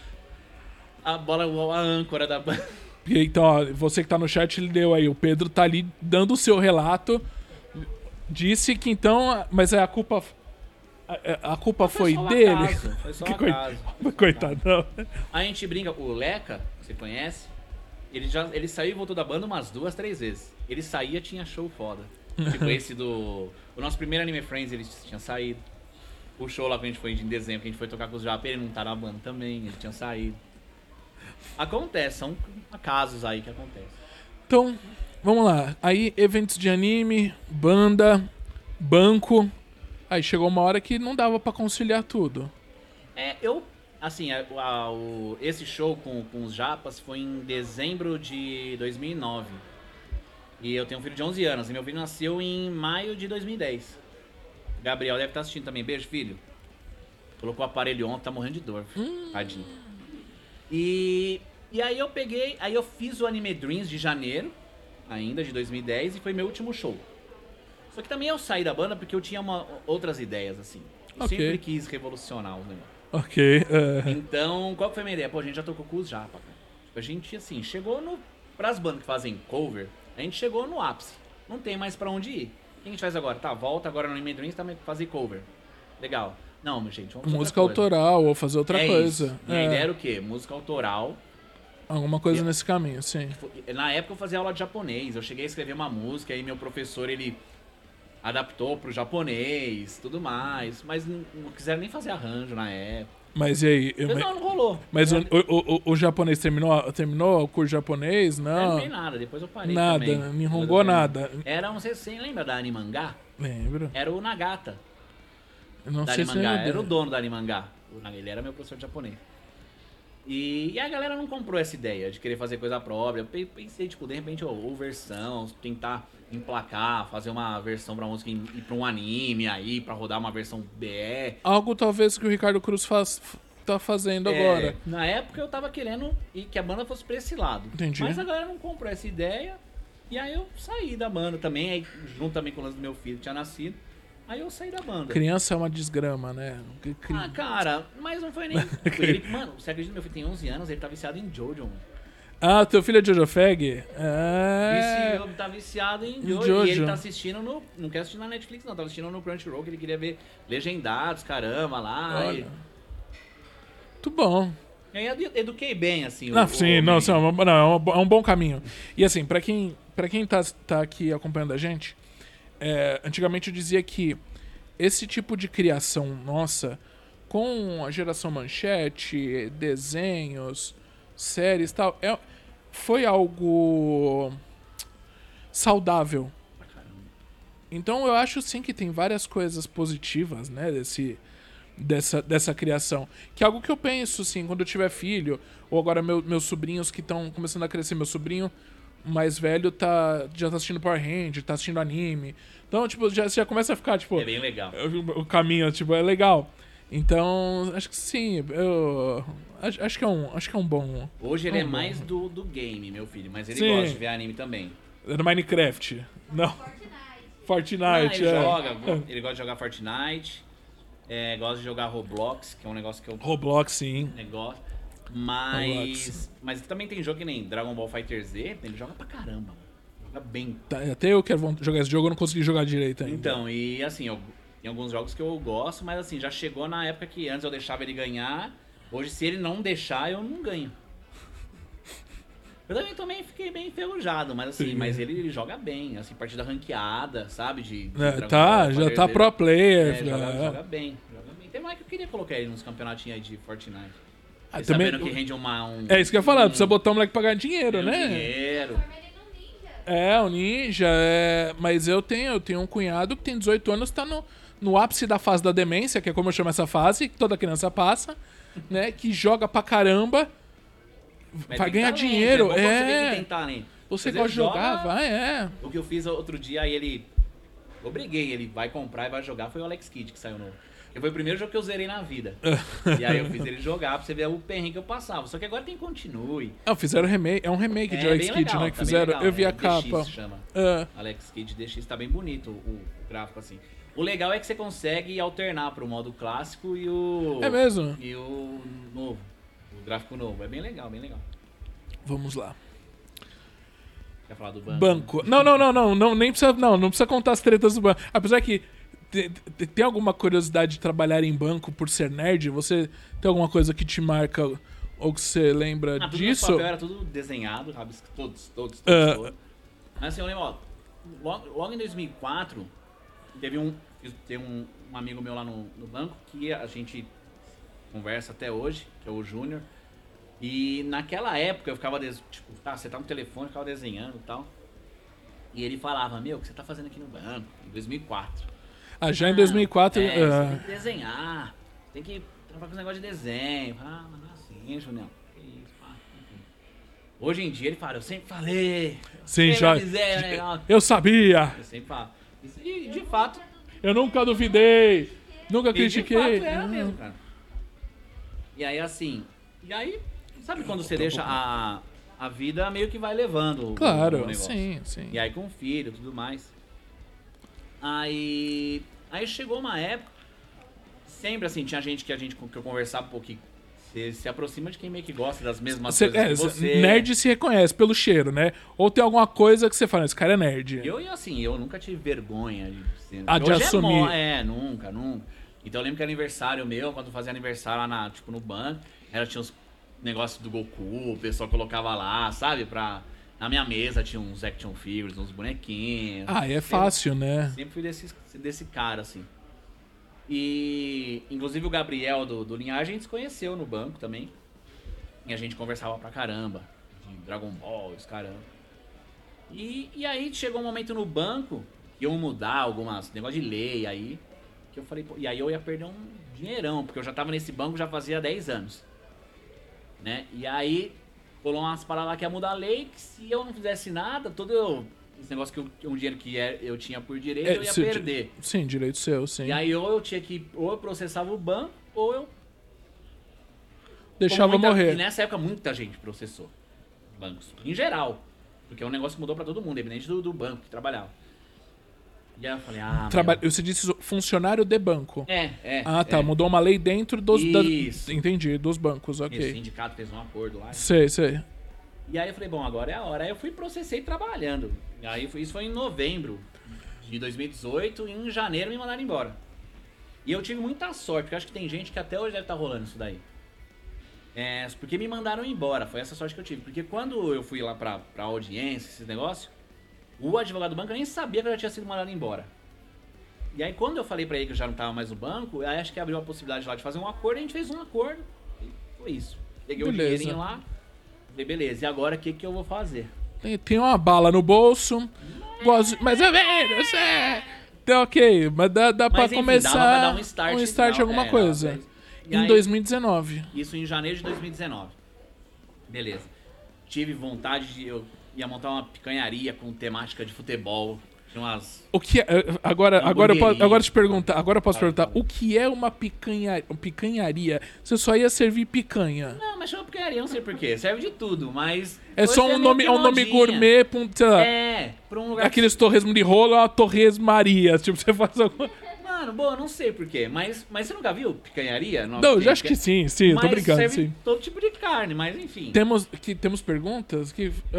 a âncora da banda. E então, ó, você que tá no chat, ele deu aí. O Pedro tá ali dando o seu relato. Disse que então. Mas a culpa. A culpa foi só um dele. acaso, foi só um Que acaso. Coitadão. A gente brinca, o Leca, você conhece? Ele saiu e voltou da banda umas 2, 3 vezes. Ele saía, tinha show foda. Tipo esse do... O nosso primeiro Anime Friends, ele tinha saído. O show lá que a gente foi em dezembro, que a gente foi tocar com os Japa, ele não tá na banda também, ele tinha saído. Acontece, são casos aí que acontecem. Então, vamos lá. Aí, eventos de anime, banda, banco. Aí chegou uma hora que não dava pra conciliar tudo. Assim, esse show com os Japas foi em dezembro de 2009. E eu tenho um filho de 11 anos, e meu filho nasceu em maio de 2010. Gabriel deve estar assistindo também. Beijo, filho. Colocou o aparelho ontem, tá morrendo de dor. Tadinho. E aí eu fiz o Anime Dreams de janeiro, ainda de 2010, e foi meu último show. Só que também eu saí da banda porque eu tinha outras ideias, assim. Eu Ok. sempre quis revolucionar os negócios. Ok. Então, qual que foi a minha ideia? Pô, a gente já tocou com os Japa, cara. Tipo, a gente, assim, chegou no... Pras bandas que fazem cover, a gente chegou no ápice. Não tem mais pra onde ir. O que a gente faz agora? Tá, volta agora no Anime Dreams pra fazer cover. Legal. Não, gente, vamos fazer Música outra coisa. autoral ou fazer outra É coisa. isso. Minha ideia era o quê? Música autoral. Alguma coisa nesse caminho, sim. Na época eu fazia aula de japonês. Eu cheguei a escrever uma música, aí meu professor, ele adaptou pro japonês, tudo mais. Mas não quiseram nem fazer arranjo na época. Mas e aí? Não rolou. Mas o japonês terminou o curso japonês? Não Não. tem nada, depois eu parei Nada, também. não enrongou nada. Era, não sei se você lembra da Animangá? Lembro. Era o Nagata Eu não da sei se Animangá, eu era o dono da Animangá. Ele era meu professor de japonês. E a galera não comprou essa ideia de querer fazer coisa própria. Eu pensei, tipo, de repente, ou versão, tentar emplacar, fazer uma versão pra música ir pra um anime aí, pra rodar uma versão BR. Algo talvez que o Ricardo Cruz tá fazendo agora. Na época eu tava querendo que a banda fosse pra esse lado. Entendi. Mas a galera não comprou essa ideia. E aí eu saí da banda também, aí, junto também com o lance do meu filho que tinha nascido. Aí eu saí da banda. Criança é uma desgrama, né? Ah, cara, mas não foi nem... Ele, mano, você acredita que meu filho tem 11 anos, ele tá viciado em Jojo, mano. Ah, teu filho é Jojo Fag? É. Tá viciado em Jojo. Jojo. E ele tá assistindo no... Não quer assistir na Netflix, não. Tá assistindo no Crunchyroll, que ele queria ver legendados, caramba, lá. Olha. Muito bom. E aí eu eduquei bem, assim. Não, sim, não, sim, é um bom caminho. E assim, pra quem tá aqui acompanhando a gente, antigamente eu dizia que esse tipo de criação nossa, com a geração manchete, desenhos, séries e tal, foi algo saudável. Então eu acho sim que tem várias coisas positivas, né, dessa criação. Que é algo que eu penso, assim, quando eu tiver filho, ou agora meus sobrinhos que estão começando a crescer, meu sobrinho mais velho já tá assistindo Power Ranger, tá assistindo anime. Então, tipo, já começa a ficar, tipo... É bem legal. O caminho, tipo, é legal. Então, acho que sim, eu acho que é um bom... Hoje ele é bom. mais do game, meu filho, mas ele Sim. gosta de ver anime também. É do Minecraft. Não. Fortnite, Ele ele gosta de jogar Fortnite, gosta de jogar Roblox, que é um negócio que eu Roblox, sim. negócio. Roblox. Mas também tem jogo que nem Dragon Ball Fighter Z, ele joga pra caramba, mano. Joga bem. Até eu quero jogar esse jogo, eu não consegui jogar direito ainda. Então, e assim, tem alguns jogos que eu gosto, mas assim, já chegou na época que antes eu deixava ele ganhar. Hoje, se ele não deixar, eu não ganho. Eu também fiquei bem enferrujado, mas assim, Sim. mas ele joga bem, assim, partida ranqueada, sabe? Já tá pro player. Joga bem. Tem mais que eu queria colocar ele nos campeonatinhos aí de Fortnite. Ah, E também- sabendo que rende um... É isso que eu ia falar, precisa botar o moleque pra ganhar dinheiro, né? Dinheiro. O Ninja, mas eu tenho um cunhado que tem 18 anos, tá no ápice da fase da demência, que é como eu chamo essa fase, que toda criança passa, né? Que joga pra caramba, Mas vai tem ganhar talento, dinheiro. bom você ver que tem talento. Você Mas gosta de ele jogar? joga- Vai, O que eu fiz outro dia, aí ele Obriguei, ele vai comprar e vai jogar, foi o Alex Kidd que saiu novo. Que foi o primeiro jogo que eu zerei na vida. E aí eu fiz ele jogar pra você ver o perrengue que eu passava. Só que agora tem Continue. Ah, fizeram remake, é um remake de Alex bem Kidd, legal, né? Que tá bem fizeram. legal, Eu vi a DX capa. se chama. É. Alex Kidd DX, tá bem bonito o gráfico assim. O legal é que você consegue alternar pro modo clássico e o... É mesmo? E o novo. O gráfico novo. É bem legal, bem legal. Vamos lá. Quer falar do banco? Banco. Não, nem precisa. Não precisa contar as tretas do banco. Apesar que. Tem alguma curiosidade de trabalhar em banco por ser nerd? Você tem alguma coisa que te marca ou que você lembra Tudo disso? no papel era tudo desenhado, todos. Mas assim, eu lembro, ó, logo em 2004, teve um amigo meu lá no banco que a gente conversa até hoje, que é o Júnior. E naquela época eu ficava, tipo, você tá no telefone, eu ficava desenhando e tal. E ele falava, meu, o que você tá fazendo aqui no banco? Em 2004. Ah, já em 2004... Você tem que desenhar, tem que trabalhar com esse negócio de desenho. Ah, mas não é assim, Junião. Que isso, pá, enfim. Hoje em dia ele fala, eu sempre falei. Sim, sempre já. avisei, né? Eu sabia. Eu sempre falo. E de fato... Eu nunca duvidei. Nunca E critiquei. de fato era mesmo, cara. E aí assim... E aí, sabe quando você deixa a vida meio que vai levando o Claro, negócio. sim. E aí com filho e tudo mais. Aí chegou uma época, sempre assim, tinha gente que eu conversava um pouquinho, você se aproxima de quem meio que gosta das mesmas coisas que você. Nerd se reconhece pelo cheiro, né? Ou tem alguma coisa que você fala, esse cara é nerd. Eu nunca tive vergonha de ser. De assumir. Nunca. Então eu lembro que aniversário meu, quando eu fazia aniversário lá no banco, tinha uns negócios do Goku, o pessoal colocava lá, sabe, na minha mesa tinha uns action figures, uns bonequinhos. Ah, é fácil, né? Sempre fui desse cara, assim. E, inclusive, o Gabriel do Linhagem a gente se conheceu no banco também. E a gente conversava pra caramba. De Dragon Ball, os caramba. E aí chegou um momento no banco, iam mudar algumas negócio de lei aí. Que eu falei, pô, e aí eu ia perder um dinheirão, porque eu já tava nesse banco já fazia 10 anos. Né? E aí... Rolou umas paradas lá que ia mudar a lei, que se eu não fizesse nada, esse negócio um dinheiro que eu tinha por direito, eu ia perder. Sim, direito seu, sim. E aí ou eu processava o banco, ou eu... Deixava morrer. E nessa época muita gente processou bancos, em geral. Porque é um negócio que mudou pra todo mundo, independente do banco que trabalhava. E aí eu falei, Você disse funcionário de banco. Ah, tá. Mudou uma lei dentro dos... Isso. Entendi, dos bancos, ok. O sindicato fez um acordo lá. Sei. E aí eu falei, bom, agora é a hora. Aí eu fui processei trabalhando. E aí isso foi em novembro de 2018 e em janeiro me mandaram embora. E eu tive muita sorte, porque eu acho que tem gente que até hoje deve estar rolando isso daí. Porque me mandaram embora, foi essa sorte que eu tive. Porque quando eu fui lá pra audiência, esses negócios, o advogado do banco nem sabia que eu já tinha sido mandado embora. E aí quando eu falei pra ele que eu já não tava mais no banco, aí acho que abriu a possibilidade lá de fazer um acordo, a gente fez um acordo. E foi isso. Peguei o dinheirinho lá, falei, beleza, e agora o que eu vou fazer? Tem uma bala no bolso, mas é menos, Então, ok, mas dá pra enfim, começar dava pra dar um start em alguma coisa. E Em aí, 2019. Isso em janeiro de 2019. Beleza. Tive vontade eu ia montar uma picanharia com temática de futebol. Tinha umas... O que é, agora eu te perguntar, agora eu posso perguntar, o que é uma picanharia? Você só ia servir picanha? Não, mas chama picanharia, não sei porquê. Serve de tudo, mas... É só um nome gourmet, sei lá, pra um lugar... Aqueles torresmo de rolo é uma torresmaria, tipo, você faz alguma... Mano, bom, eu não sei porquê, mas você nunca viu picanharia? Não, já acho que sim, tô brincando, serve sim. todo tipo de carne, mas enfim. Temos perguntas?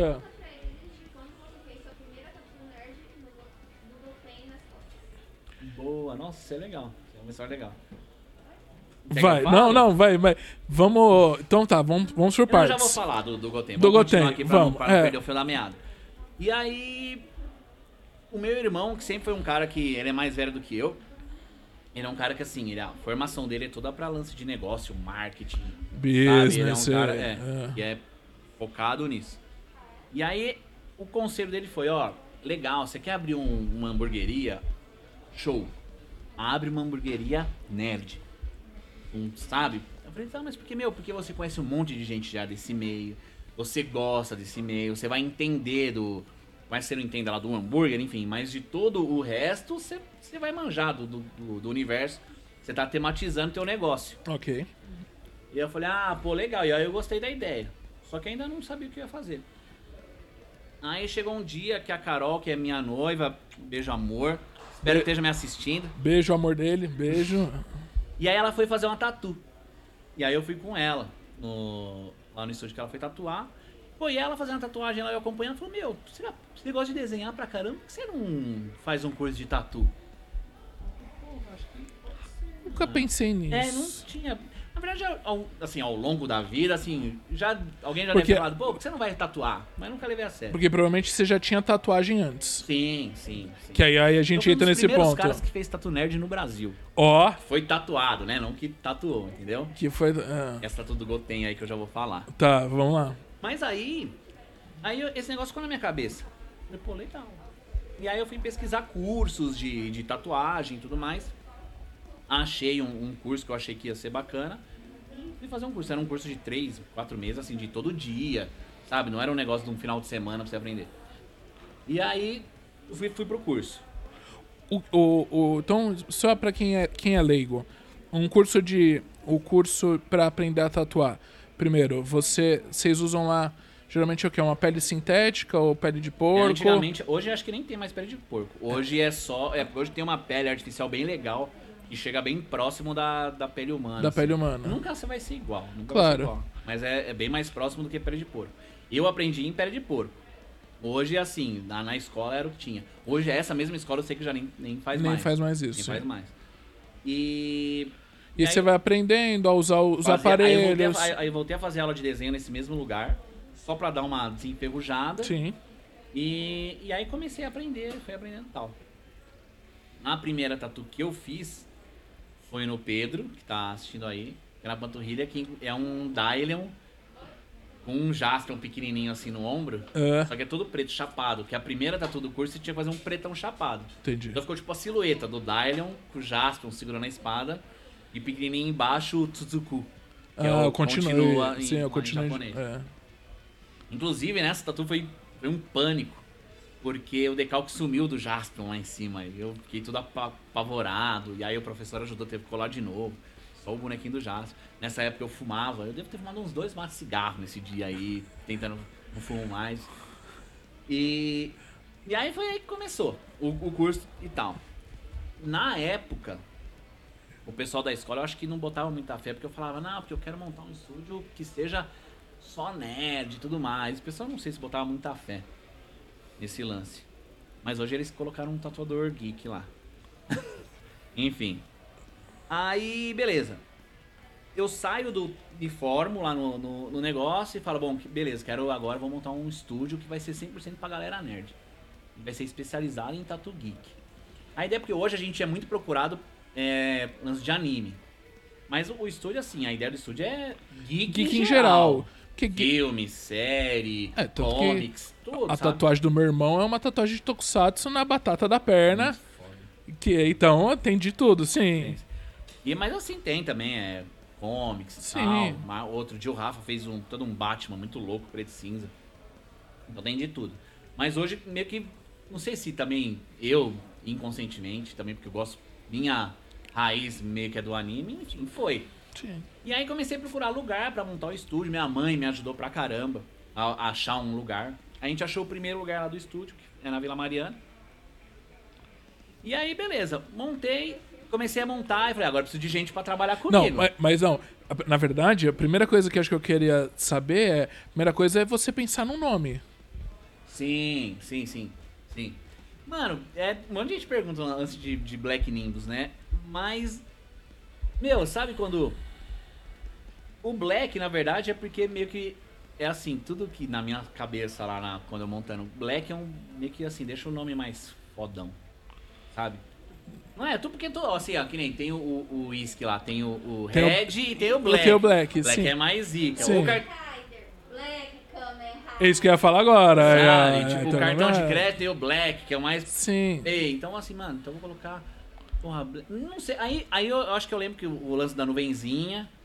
Boa, nossa, isso é legal. Isso é uma história legal. Vai, vai. Vamos. Então tá, vamos por partes. Eu já vou falar do Goten. Do Goten, aqui pra não perder o fio da meada. E aí, o meu irmão, que sempre foi um cara que ele é mais velho do que eu, ele é um cara que assim, a formação dele é toda pra lance de negócio, marketing, business, sabe? Ele é um cara que é focado nisso. E aí, o conselho dele foi, legal, você quer abrir uma hamburgueria? Show. Abre uma hamburgueria nerd. Sabe? Eu falei, mas por que, porque você conhece um monte de gente já desse meio, você gosta desse meio, você vai entender mais você não entenda lá do hambúrguer, enfim, mas de todo o resto, você vai manjar do universo. Você tá tematizando teu negócio. Ok. E eu falei, ah, pô, legal. E aí eu gostei da ideia. Só que ainda não sabia o que ia fazer. Aí chegou um dia que a Carol, que é minha noiva, beijo amor, espero que esteja me assistindo. Beijo, amor dele, beijo. E aí ela foi fazer uma tatu. E aí eu fui com ela lá no estúdio que ela foi tatuar. Pô, e ela fazendo a tatuagem, ela eu acompanhando, falou, meu, você gosta de desenhar pra caramba, por que você não faz um curso de tatu? Nunca pensei nisso. Não tinha... Na verdade, assim, ao longo da vida, assim, alguém já Porque- deve ter falado, pô, por que você não vai tatuar? Mas nunca levei a sério. Porque provavelmente você já tinha tatuagem antes. Sim. Que aí a gente Eu fui um entra dos nesse primeiros ponto. caras que fez Tatu Nerd no Brasil. Ó, Foi tatuado, né? Não que tatuou, entendeu? que foi... Essa tatu do Goten aí que eu já vou falar. Tá, vamos lá. Mas aí esse negócio ficou na minha cabeça. Eu falei, pô, legal. E aí eu fui pesquisar cursos de tatuagem e tudo mais. Achei um curso que eu achei que ia ser bacana. E fui fazer um curso. Era um curso de 3, 4 meses, assim, de todo dia. Sabe? Não era um negócio de um final de semana pra você aprender. E aí eu fui pro curso. Então, só pra quem é leigo, o curso pra aprender a tatuar. Primeiro, vocês usam lá, geralmente o quê? Uma pele sintética ou pele de porco? Antigamente, hoje acho que nem tem mais pele de porco. Hoje hoje tem uma pele artificial bem legal e chega bem próximo da pele humana. Da pele humana. Nunca você vai ser igual, nunca Claro. vai ser igual. Mas é bem mais próximo do que pele de porco. Eu aprendi em pele de porco. Hoje, assim, na escola era o que tinha. Hoje, essa mesma escola eu sei que já nem faz Nem mais. faz mais Nem isso. faz mais. E E você aí- vai aprendendo a usar os Aí aparelhos. eu voltei a fazer aula de desenho nesse mesmo lugar, só pra dar uma desenferrujada. Sim. E aí comecei a aprender, fui aprendendo e tal. A primeira tatu que eu fiz foi no Pedro, que tá assistindo aí, que é na panturrilha, que é um Dylion com um Jaspion pequenininho assim no ombro, É. só que é todo preto, chapado, que a primeira tatu do curso você tinha que fazer um pretão chapado. Entendi. Então ficou tipo a silhueta do Dylion, com o Jaspion segurando a espada, e pequenininho embaixo o Tsuzuku. Que é o eu continuei. continua Sim, eu em continuei. japonês. É. Inclusive, nessa tatu foi um pânico, porque o decalque sumiu do Jaspion lá em cima. E eu fiquei todo apavorado. E aí o professor ajudou, teve que colar de novo. Só o bonequinho do Jaspion. Nessa época eu fumava. Eu devo ter fumado uns 2 maços de cigarro nesse dia aí, tentando não fumar mais. E aí foi aí que começou o curso e tal. Na época, o pessoal da escola eu acho que não botava muita fé, porque eu falava, não, porque eu quero montar um estúdio que seja só nerd e tudo mais. O pessoal não sei se botava muita fé nesse lance. Mas hoje eles colocaram um tatuador geek lá. Enfim. Aí, beleza. Eu saio de formo lá no negócio e falo, bom, beleza, agora vou montar um estúdio que vai ser 100% pra galera nerd. Vai ser especializado em tatu geek. A ideia é porque hoje a gente é muito procurado lance de anime. Mas o estúdio, assim, a ideia do estúdio é geek Em geral. Que Filme, série, tanto que comics, tudo, a sabe? tatuagem do meu irmão é uma tatuagem de tokusatsu na batata da perna. Que então tem de tudo, sim. Mas assim, tem também, comics e Sim. tal. Outro dia o Rafa fez todo um Batman muito louco, preto e cinza. Então tem de tudo. Mas hoje, meio que, não sei se também eu, inconscientemente, também porque eu gosto, minha raiz meio que é do anime, enfim, foi. Sim. E aí comecei a procurar lugar pra montar o estúdio. Minha mãe me ajudou pra caramba a achar um lugar. A gente achou o primeiro lugar lá do estúdio, que é na Vila Mariana. E aí, beleza, montei, comecei a montar e falei, agora preciso de gente pra trabalhar Não, comigo. mas não. Na verdade, a primeira coisa que acho que eu queria saber a primeira coisa é você pensar num nome. Sim. Mano, um monte de gente pergunta antes de Black Nimbus, né? Mas, meu, sabe quando... O Black, na verdade, é porque meio que... É assim, tudo que na minha cabeça lá, quando eu montando... Black é meio que assim, deixa o nome mais fodão, sabe? Não é, tudo porque, assim, ó, que nem tem o whisky lá, tem o Tem Red e tem o Black. Tem o Black, Black sim. é mais zica. Sim. O Rider, Black, Kamen Rider. É isso que eu ia falar agora. Sabe? Tipo, então, o cartão de é. crédito tem o Black, que é o mais... Sim. Ei, então assim, mano, então eu vou colocar... Porra, não sei, aí eu acho que eu lembro que o lance da nuvenzinha,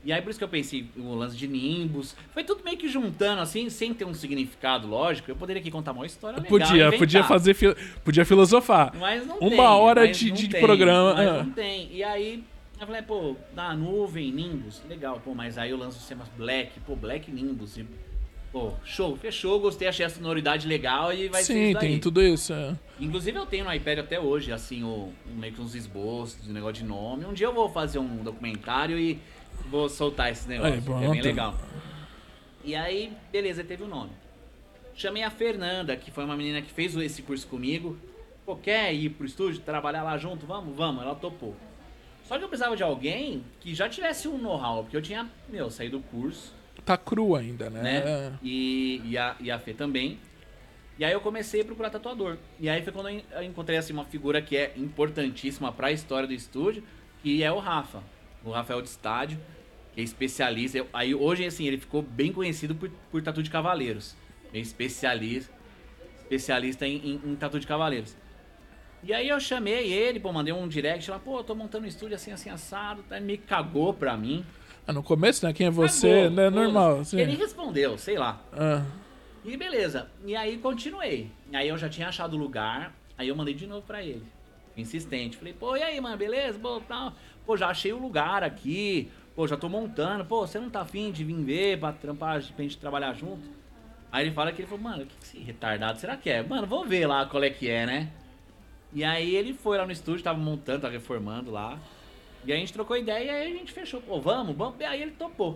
E aí por isso que eu pensei o lance de Nimbus. Foi tudo meio que juntando, assim, sem ter um significado lógico. Eu poderia aqui contar uma história legal. Podia fazer, podia filosofar. Mas não Uma tem, hora mas de não tem, programa. Mas não tem. E aí eu falei, pô, na nuvem, Nimbus, legal, pô, mas aí eu lanço o sistema Black, pô, Black Nimbus. E, pô, show, fechou, gostei, achei a sonoridade legal e vai ser Sim, isso daí. tem tudo isso. Inclusive eu tenho no iPad até hoje, assim, meio que uns esboços, um negócio de nome. Um dia eu vou fazer um documentário e vou soltar esse negócio, que é bem legal. E aí, beleza, teve o nome. Chamei a Fernanda, que foi uma menina que fez esse curso comigo. Pô, quer ir pro estúdio, trabalhar lá junto? Vamos, ela topou. Só que eu precisava de alguém que já tivesse um know-how, porque eu tinha, saído do curso. Tá cru ainda, Né? E a Fê também. E aí eu comecei a procurar tatuador. E aí foi quando eu encontrei assim, uma figura que é importantíssima para a história do estúdio, que é o Rafa. O Rafael de Estádio, que é especialista. Aí hoje, assim, ele ficou bem conhecido por tatu de cavaleiros. É especialista em tatu de cavaleiros. E aí eu chamei ele, pô, mandei um direct lá, pô, eu tô montando um estúdio assim, assado, tá? Ele me cagou pra mim. No começo, né? Quem é você, né? Normal. Assim. Ele respondeu, sei lá. Ah. E beleza. E aí continuei. Aí eu já tinha achado o lugar, aí eu mandei de novo pra ele. Insistente. Falei, pô, e aí, mano, beleza? Pô, tal. Pô, já achei o lugar aqui. Pô, já tô montando. Pô, você não tá afim de vir ver pra trampar, pra gente trabalhar junto? Aí ele fala que ele falou, mano, que esse retardado será que é? Mano, vamos ver lá qual é que é, né? E aí ele foi lá no estúdio, tava montando, tava reformando lá. E aí a gente trocou ideia e aí a gente fechou. Pô, vamos. E aí ele topou.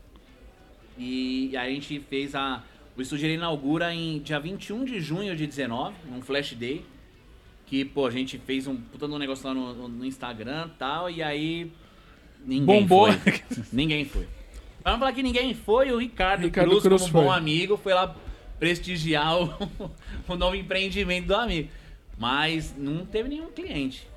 E aí a gente fez o estúdio, ele inaugura em dia 21 de junho de 19, num Flash Day. Que, pô, a gente fez um puta de um negócio lá no Instagram e tal. E aí ninguém bombou. foi. Ninguém foi. Pra não falar que ninguém foi, o Ricardo Cruz, como bom amigo, foi lá prestigiar o novo empreendimento do amigo. Mas não teve nenhum cliente.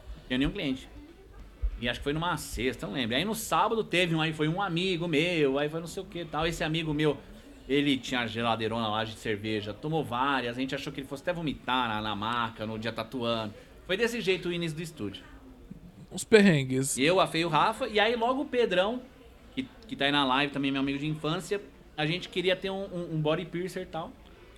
E acho que foi numa sexta, não lembro. Aí no sábado teve aí foi um amigo meu, aí foi não sei o que tal. Esse amigo meu, ele tinha geladeirona lá de cerveja, tomou várias, a gente achou que ele fosse até vomitar na maca, no dia tatuando. Foi desse jeito o início do estúdio. Uns perrengues. Eu, a Fê e o Rafa, e aí logo o Pedrão, que tá aí na live também, meu amigo de infância, a gente queria ter um body piercer e tal.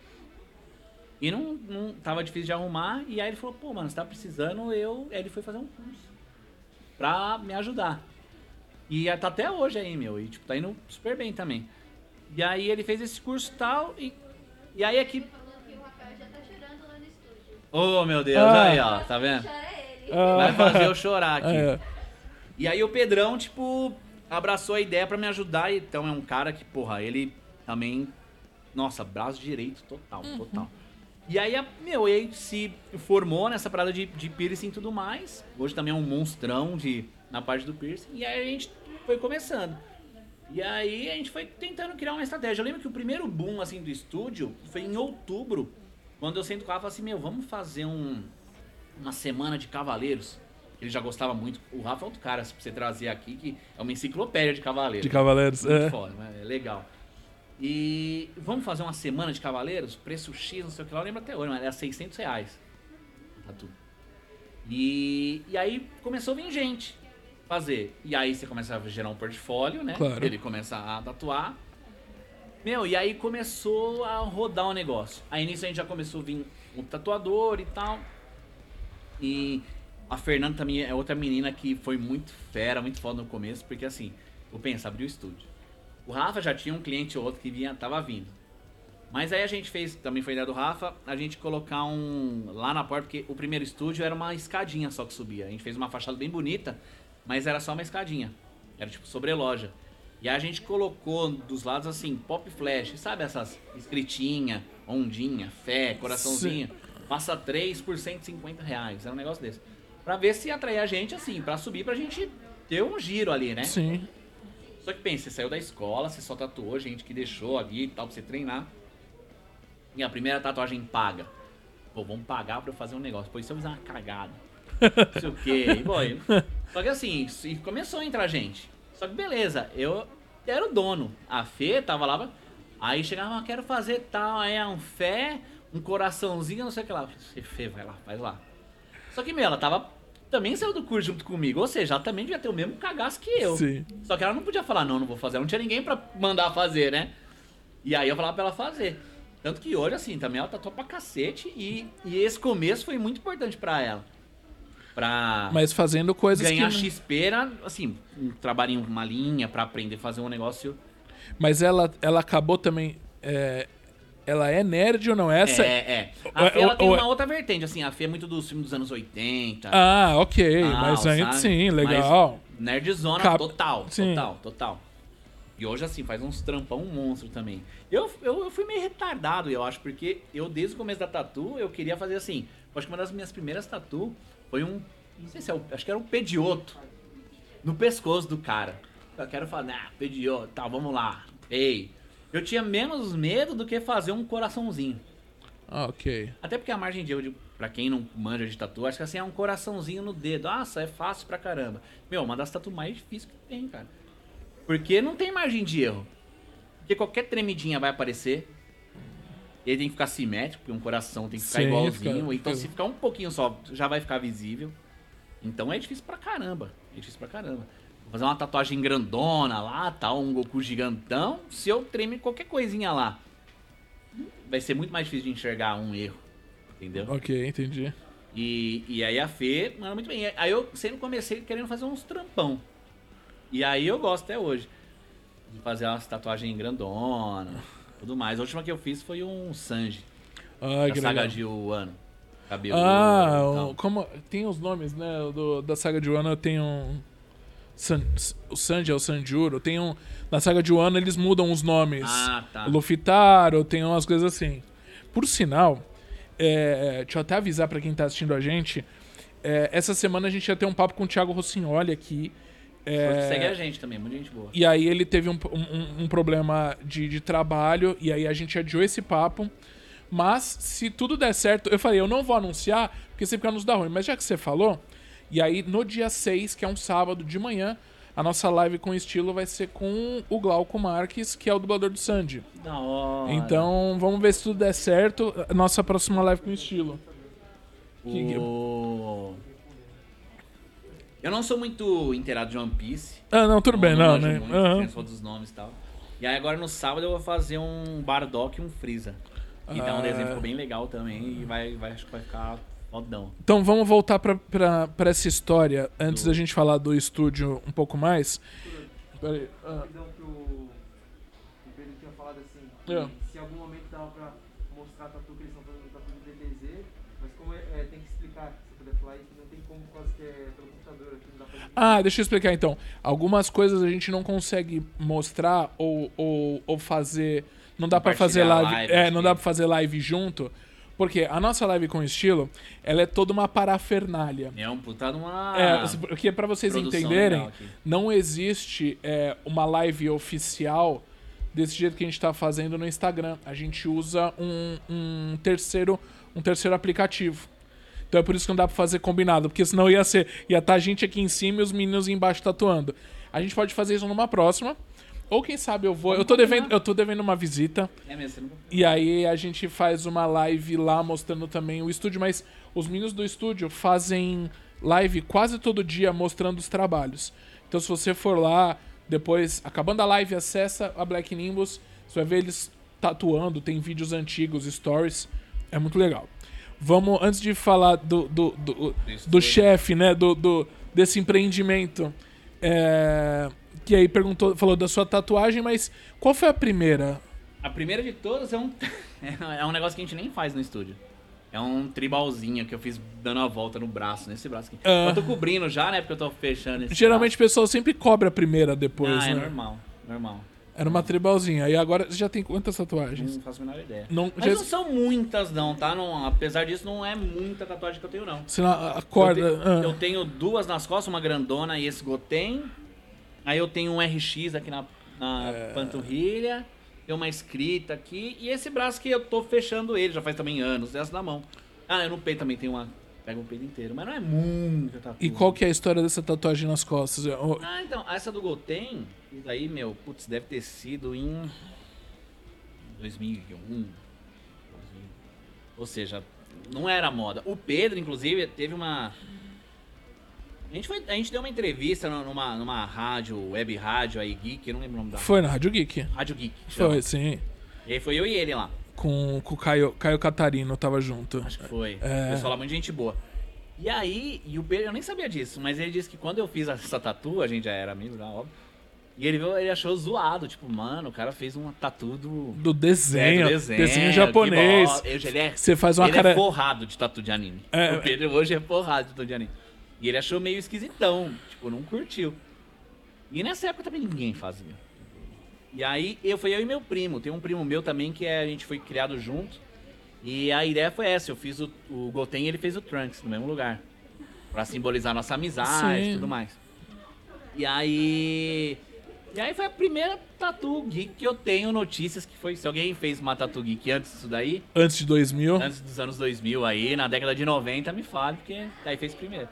E não tava difícil de arrumar, e aí ele falou, pô, mano, você tá precisando, aí ele foi fazer um curso pra me ajudar. E tá até hoje aí, e tipo, tá indo super bem também. E aí ele fez esse curso e tal, e aí aqui... Ele falou que o Rafael já tá chorando lá no estúdio. Oh, meu Deus, aí, ó, tá vendo? Chora ele. Vai fazer eu chorar aqui. E aí o Pedrão, tipo, abraçou a ideia pra me ajudar, então é um cara que, porra, ele também, nossa, braço direito total. E aí, ele se formou nessa parada de piercing e tudo mais. Hoje também é um monstrão na parte do piercing. E aí a gente foi começando. E aí a gente foi tentando criar uma estratégia. Eu lembro que o primeiro boom, assim, do estúdio foi em outubro. Quando eu sento com o Rafa, assim, vamos fazer uma semana de cavaleiros. Ele já gostava muito. O Rafa é outro cara, pra você trazer aqui, que é uma enciclopédia de cavaleiros. De cavaleiros, muito foda, é legal. E vamos fazer uma semana de cavaleiros? Preço X, não sei o que lá, eu lembro até hoje, mas era R$600. Tá tudo. E aí começou a vir gente fazer. E aí você começa a gerar um portfólio, né? Claro. Ele começa a tatuar. E aí começou a rodar o negócio. Aí nisso a gente já começou a vir um tatuador e tal. E a Fernanda também é outra menina que foi muito fera, muito foda no começo, porque assim, eu penso, abri o estúdio. O Rafa já tinha um cliente ou outro que tava vindo. Mas aí a gente fez, também foi ideia do Rafa, a gente colocar lá na porta, porque o primeiro estúdio era uma escadinha só que subia. A gente fez uma fachada bem bonita, mas era só uma escadinha. Era tipo sobreloja. E aí a gente colocou dos lados assim, pop flash, sabe essas escritinha, ondinha, fé, coraçãozinho. Sim. Passa 3 por R$150. Era um negócio desse. Pra ver se atrair a gente assim, pra subir, pra gente ter um giro ali, né? Sim. Só que pensa, você saiu da escola, você só tatuou gente que deixou ali e tal pra você treinar. E a primeira tatuagem paga. Pô, vamos pagar pra eu fazer um negócio. Pô, e se eu fizer uma cagada? Não sei o quê. E, pô, só que assim, começou a entrar gente. Só que beleza, eu era o dono. A Fê tava lá, aí chegava, quero fazer tal, aí um fé, um coraçãozinho, não sei o que lá. Fê, vai lá, faz lá. Só que, ela tava também saiu do curso junto comigo. Ou seja, ela também devia ter o mesmo cagaço que eu. Sim. Só que ela não podia falar, não vou fazer. Ela não tinha ninguém pra mandar fazer, né? E aí eu falava pra ela fazer. Tanto que hoje, assim, também ela tatuou pra cacete. E esse começo foi muito importante pra ela. Pra Mas fazendo coisas ganhar que... XP era, assim, um trabalhinho, uma linha pra aprender a fazer um negócio... Mas ela acabou também... Ela é nerd ou não? Essa... A Fê, ela tem ou- uma outra vertente, assim. A Fê é muito dos filmes dos anos 80. Ah, ok. tal, Mas ainda sabe? sim, legal. Mas nerdzona total, Sim. total. E hoje, assim, faz uns trampão monstro também. Eu fui meio retardado, eu acho, porque eu, desde o começo da tatu, eu queria fazer assim. Eu acho que uma das minhas primeiras tatu foi um... Não sei se é acho que era um pedioto no pescoço do cara. Eu quero falar, pedioto, tá, vamos lá. Ei, eu tinha menos medo do que fazer um coraçãozinho. Ah, ok. Até porque a margem de erro, pra quem não manja de tatu, acho que assim é um coraçãozinho no dedo. Nossa, é fácil pra caramba. Meu, uma das tatu mais difíceis que tem, cara. Porque não tem margem de erro. Porque qualquer tremidinha vai aparecer. Ele tem que ficar simétrico, porque um coração tem que ficar Sim, igualzinho. Então se ficar um pouquinho só, já vai ficar visível. Então é difícil pra caramba. Vou fazer uma tatuagem grandona lá, tal, um Goku gigantão. Se eu treme qualquer coisinha lá, vai ser muito mais difícil de enxergar um erro. Entendeu? Ok, entendi. E aí a Fê, mano, muito bem. Aí eu sempre comecei querendo fazer uns trampão. E aí eu gosto até hoje de fazer umas tatuagens grandonas, tudo mais. A última que eu fiz foi um Sanji, Ah, da que saga legal. de Wano. Cabelo. Como tem os nomes, né? Da saga de Wano tem um... o Sanji é o Sanjuro. Tem um... Na saga de Wano eles mudam os nomes. Ah, tá. O Luffy-Taro, tem umas coisas assim. Por sinal, deixa eu até avisar pra quem tá assistindo a gente. Essa semana a gente ia ter um papo com o Thiago Rossignoli aqui. Segue a gente também, muita gente boa. E aí ele teve um problema de trabalho, e aí a gente adiou esse papo. Mas, se tudo der certo, eu falei, eu não vou anunciar, porque sempre que nos dá ruim. Mas já que você falou, e aí no dia 6, que é um sábado de manhã, a nossa live com estilo vai ser com o Glauco Marques, que é o dublador do Sandy. Da hora. Então, vamos ver se tudo der certo, a nossa próxima live com estilo. Eu não sou muito inteirado de One Piece. Ah, não, tudo bem, não, manjo né? muito, Aham. só dos nomes e tal. E aí agora no sábado eu vou fazer um Bardock e um Freeza. Então o desenho ficou bem legal também e acho que vai ficar fodão. Então vamos voltar pra essa história, antes da gente falar do estúdio um pouco mais. Peraí. Rapidão que o Pedro tinha falado assim, que se em algum momento dava pra mostrar a tatu que eles estão fazendo tatu de DTZ, mas como tem que explicar, se você puder falar isso, não tem como, por causa que é pelo computador aqui, não dá pra... Deixa eu explicar então. Algumas coisas a gente não consegue mostrar ou fazer. Não dá pra fazer live. Não dá pra fazer live junto. Porque a nossa live com estilo, ela é toda uma parafernália. É um puta de uma... Porque pra vocês produção entenderem, legal aqui. não existe uma live oficial desse jeito que a gente tá fazendo no Instagram. A gente usa um terceiro aplicativo. Então é por isso que não dá pra fazer combinado, porque senão ia estar a gente aqui em cima e os meninos embaixo tatuando. A gente pode fazer isso numa próxima. Ou quem sabe eu vou. Eu tô devendo uma visita. É mesmo, você nunca... E aí a gente faz uma live lá mostrando também o estúdio, mas os meninos do estúdio fazem live quase todo dia mostrando os trabalhos. Então se você for lá, depois, acabando a live, acessa a Black Nimbus, você vai ver eles tatuando, tem vídeos antigos, stories. É muito legal. Vamos, antes de falar do chefe, né, desse empreendimento, que aí falou da sua tatuagem, mas qual foi a primeira? A primeira de todas é um negócio que a gente nem faz no estúdio. É um tribalzinho que eu fiz dando a volta no braço, nesse braço aqui. Eu tô cobrindo já, né, porque eu tô fechando esse Geralmente o pessoal sempre cobre a primeira depois, é né? normal. Era uma tribalzinha. E agora você já tem quantas tatuagens? Não faço a menor ideia. Não, Mas não são muitas não, tá? Não, apesar disso, não é muita tatuagem que eu tenho, não. Sei lá, acorda. Eu tenho duas nas costas, uma grandona e esse Goten. Aí eu tenho um RX aqui na panturrilha. Tem uma escrita aqui. E esse braço que eu tô fechando ele, já faz também anos, essa na mão. Eu no peito também tem uma... Pega o peito inteiro, mas não é muita tatuagem. E qual que é a história dessa tatuagem nas costas? Então, essa do Goten, isso aí, meu, putz, deve ter sido em 2001. Ou seja, não era moda. O Pedro, inclusive, teve uma A gente deu uma entrevista numa rádio, web rádio aí, Geek, eu não lembro o nome da. Foi na Rádio Geek. Rádio Geek. Foi, chama. sim. E aí foi eu e ele lá. Com o Caio Catarino tava junto. Acho que foi. É. O pessoal lá, muita gente boa. E aí, o Pedro, eu nem sabia disso, mas ele disse que quando eu fiz essa tatu, a gente já era amigo, já, óbvio. E ele achou zoado, tipo, mano, o cara fez uma tatu do desenho. Desenho japonês. Você faz uma ele cara. É forrado de tatu de anime. É. O Pedro hoje é forrado de tatu de anime. E ele achou meio esquisitão, tipo, não curtiu. E nessa época também ninguém fazia. E aí, foi eu e meu primo. Tem um primo meu também que a gente foi criado junto. E a ideia foi essa, eu fiz o Goten e ele fez o Trunks no mesmo lugar. Pra simbolizar nossa amizade e tudo mais. E aí foi a primeira Tatu Geek que eu tenho notícias que foi... Se alguém fez uma Tatu Geek antes disso daí... Antes de 2000? Antes dos anos 2000 aí, na década de 90, me fale, porque aí fez primeiro.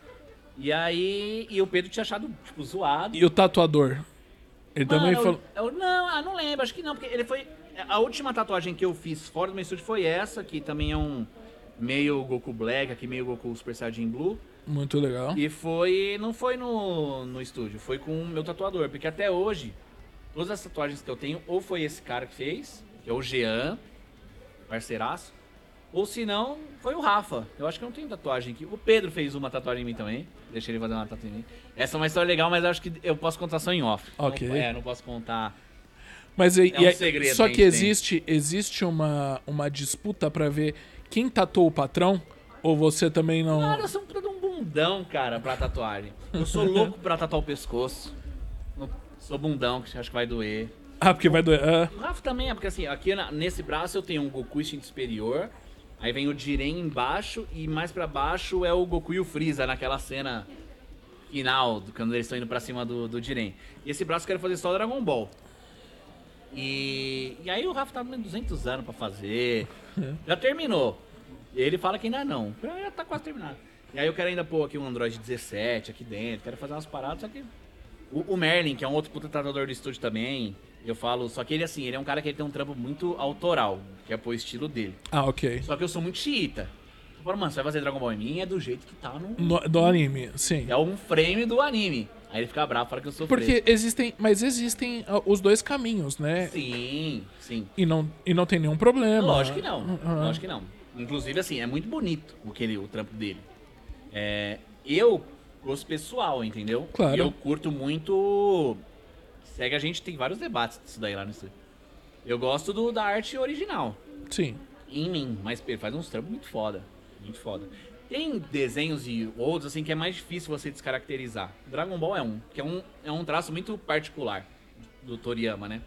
E aí... E o Pedro tinha achado, tipo, zoado. E o tatuador? Ele Mano, também falou... não lembro, acho que não, porque ele foi... A última tatuagem que eu fiz fora do meu estúdio foi essa, que também é um meio Goku Black, aqui meio Goku Super Saiyajin Blue. Muito legal. E não foi no estúdio, foi com o meu tatuador, porque até hoje, todas as tatuagens que eu tenho, ou foi esse cara que fez, que é o Jean, parceiraço, ou se não, foi o Rafa. Eu acho que eu não tenho tatuagem aqui. O Pedro fez uma tatuagem em mim também, deixei ele fazer uma tatuagem em mim. Essa é uma história legal, mas eu acho que eu posso contar só em off. Ok. Não posso contar... Mas segredo só que que a gente existe uma disputa pra ver quem tatuou o patrão? Ou você também não... Cara, eu sou um bundão, cara, pra tatuagem. Eu sou louco pra tatuar o pescoço. Eu sou bundão, que acho que vai doer. Ah, porque vai doer. O Rafa também é, porque assim, aqui nesse braço eu tenho um Goku instinto superior, aí vem o Jiren embaixo, e mais pra baixo é o Goku e o Freeza, naquela cena final, quando eles estão indo pra cima do Jiren. E esse braço eu quero fazer só Dragon Ball. E aí o Rafa tá dando 200 anos pra fazer. Já terminou. E ele fala que ainda não. Já tá quase terminado. E aí eu quero ainda pôr aqui um Android 17 aqui dentro. Quero fazer umas paradas, só que... O Merlin, que é um outro puta tatuador do estúdio também, eu falo... Só que ele, assim, ele é um cara que ele tem um trampo muito autoral, que é pro estilo dele. Ah, ok. Só que eu sou muito xiita. Eu falo, mano, você vai fazer Dragon Ball em mim, é do jeito que tá do anime, sim. É um frame do anime. Aí ele fica bravo, fala que eu sou Porque fresco. existem os dois caminhos, né? Sim, sim. E não tem nenhum problema. Lógico que não. Lógico que não. Inclusive, assim, é muito bonito o trampo dele. Eu gosto pessoal, entendeu? Claro. E eu curto muito... Segue a gente, tem vários debates disso daí lá no estúdio. Eu gosto da arte original. Sim. Em mim, mas ele faz uns trampos muito foda. Muito foda. Tem desenhos e outros, assim, que é mais difícil você descaracterizar. Dragon Ball que é um traço muito particular do Toriyama, né?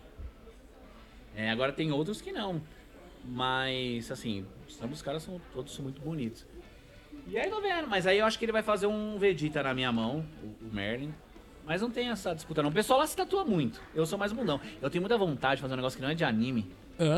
Agora tem outros que não. Mas, assim, os caras todos muito bonitos. E aí tô vendo, mas aí eu acho que ele vai fazer um Vegeta na minha mão, o Merlin. Mas não tem essa disputa não. O pessoal lá se tatua muito. Eu sou mais bundão. Eu tenho muita vontade de fazer um negócio que não é de anime.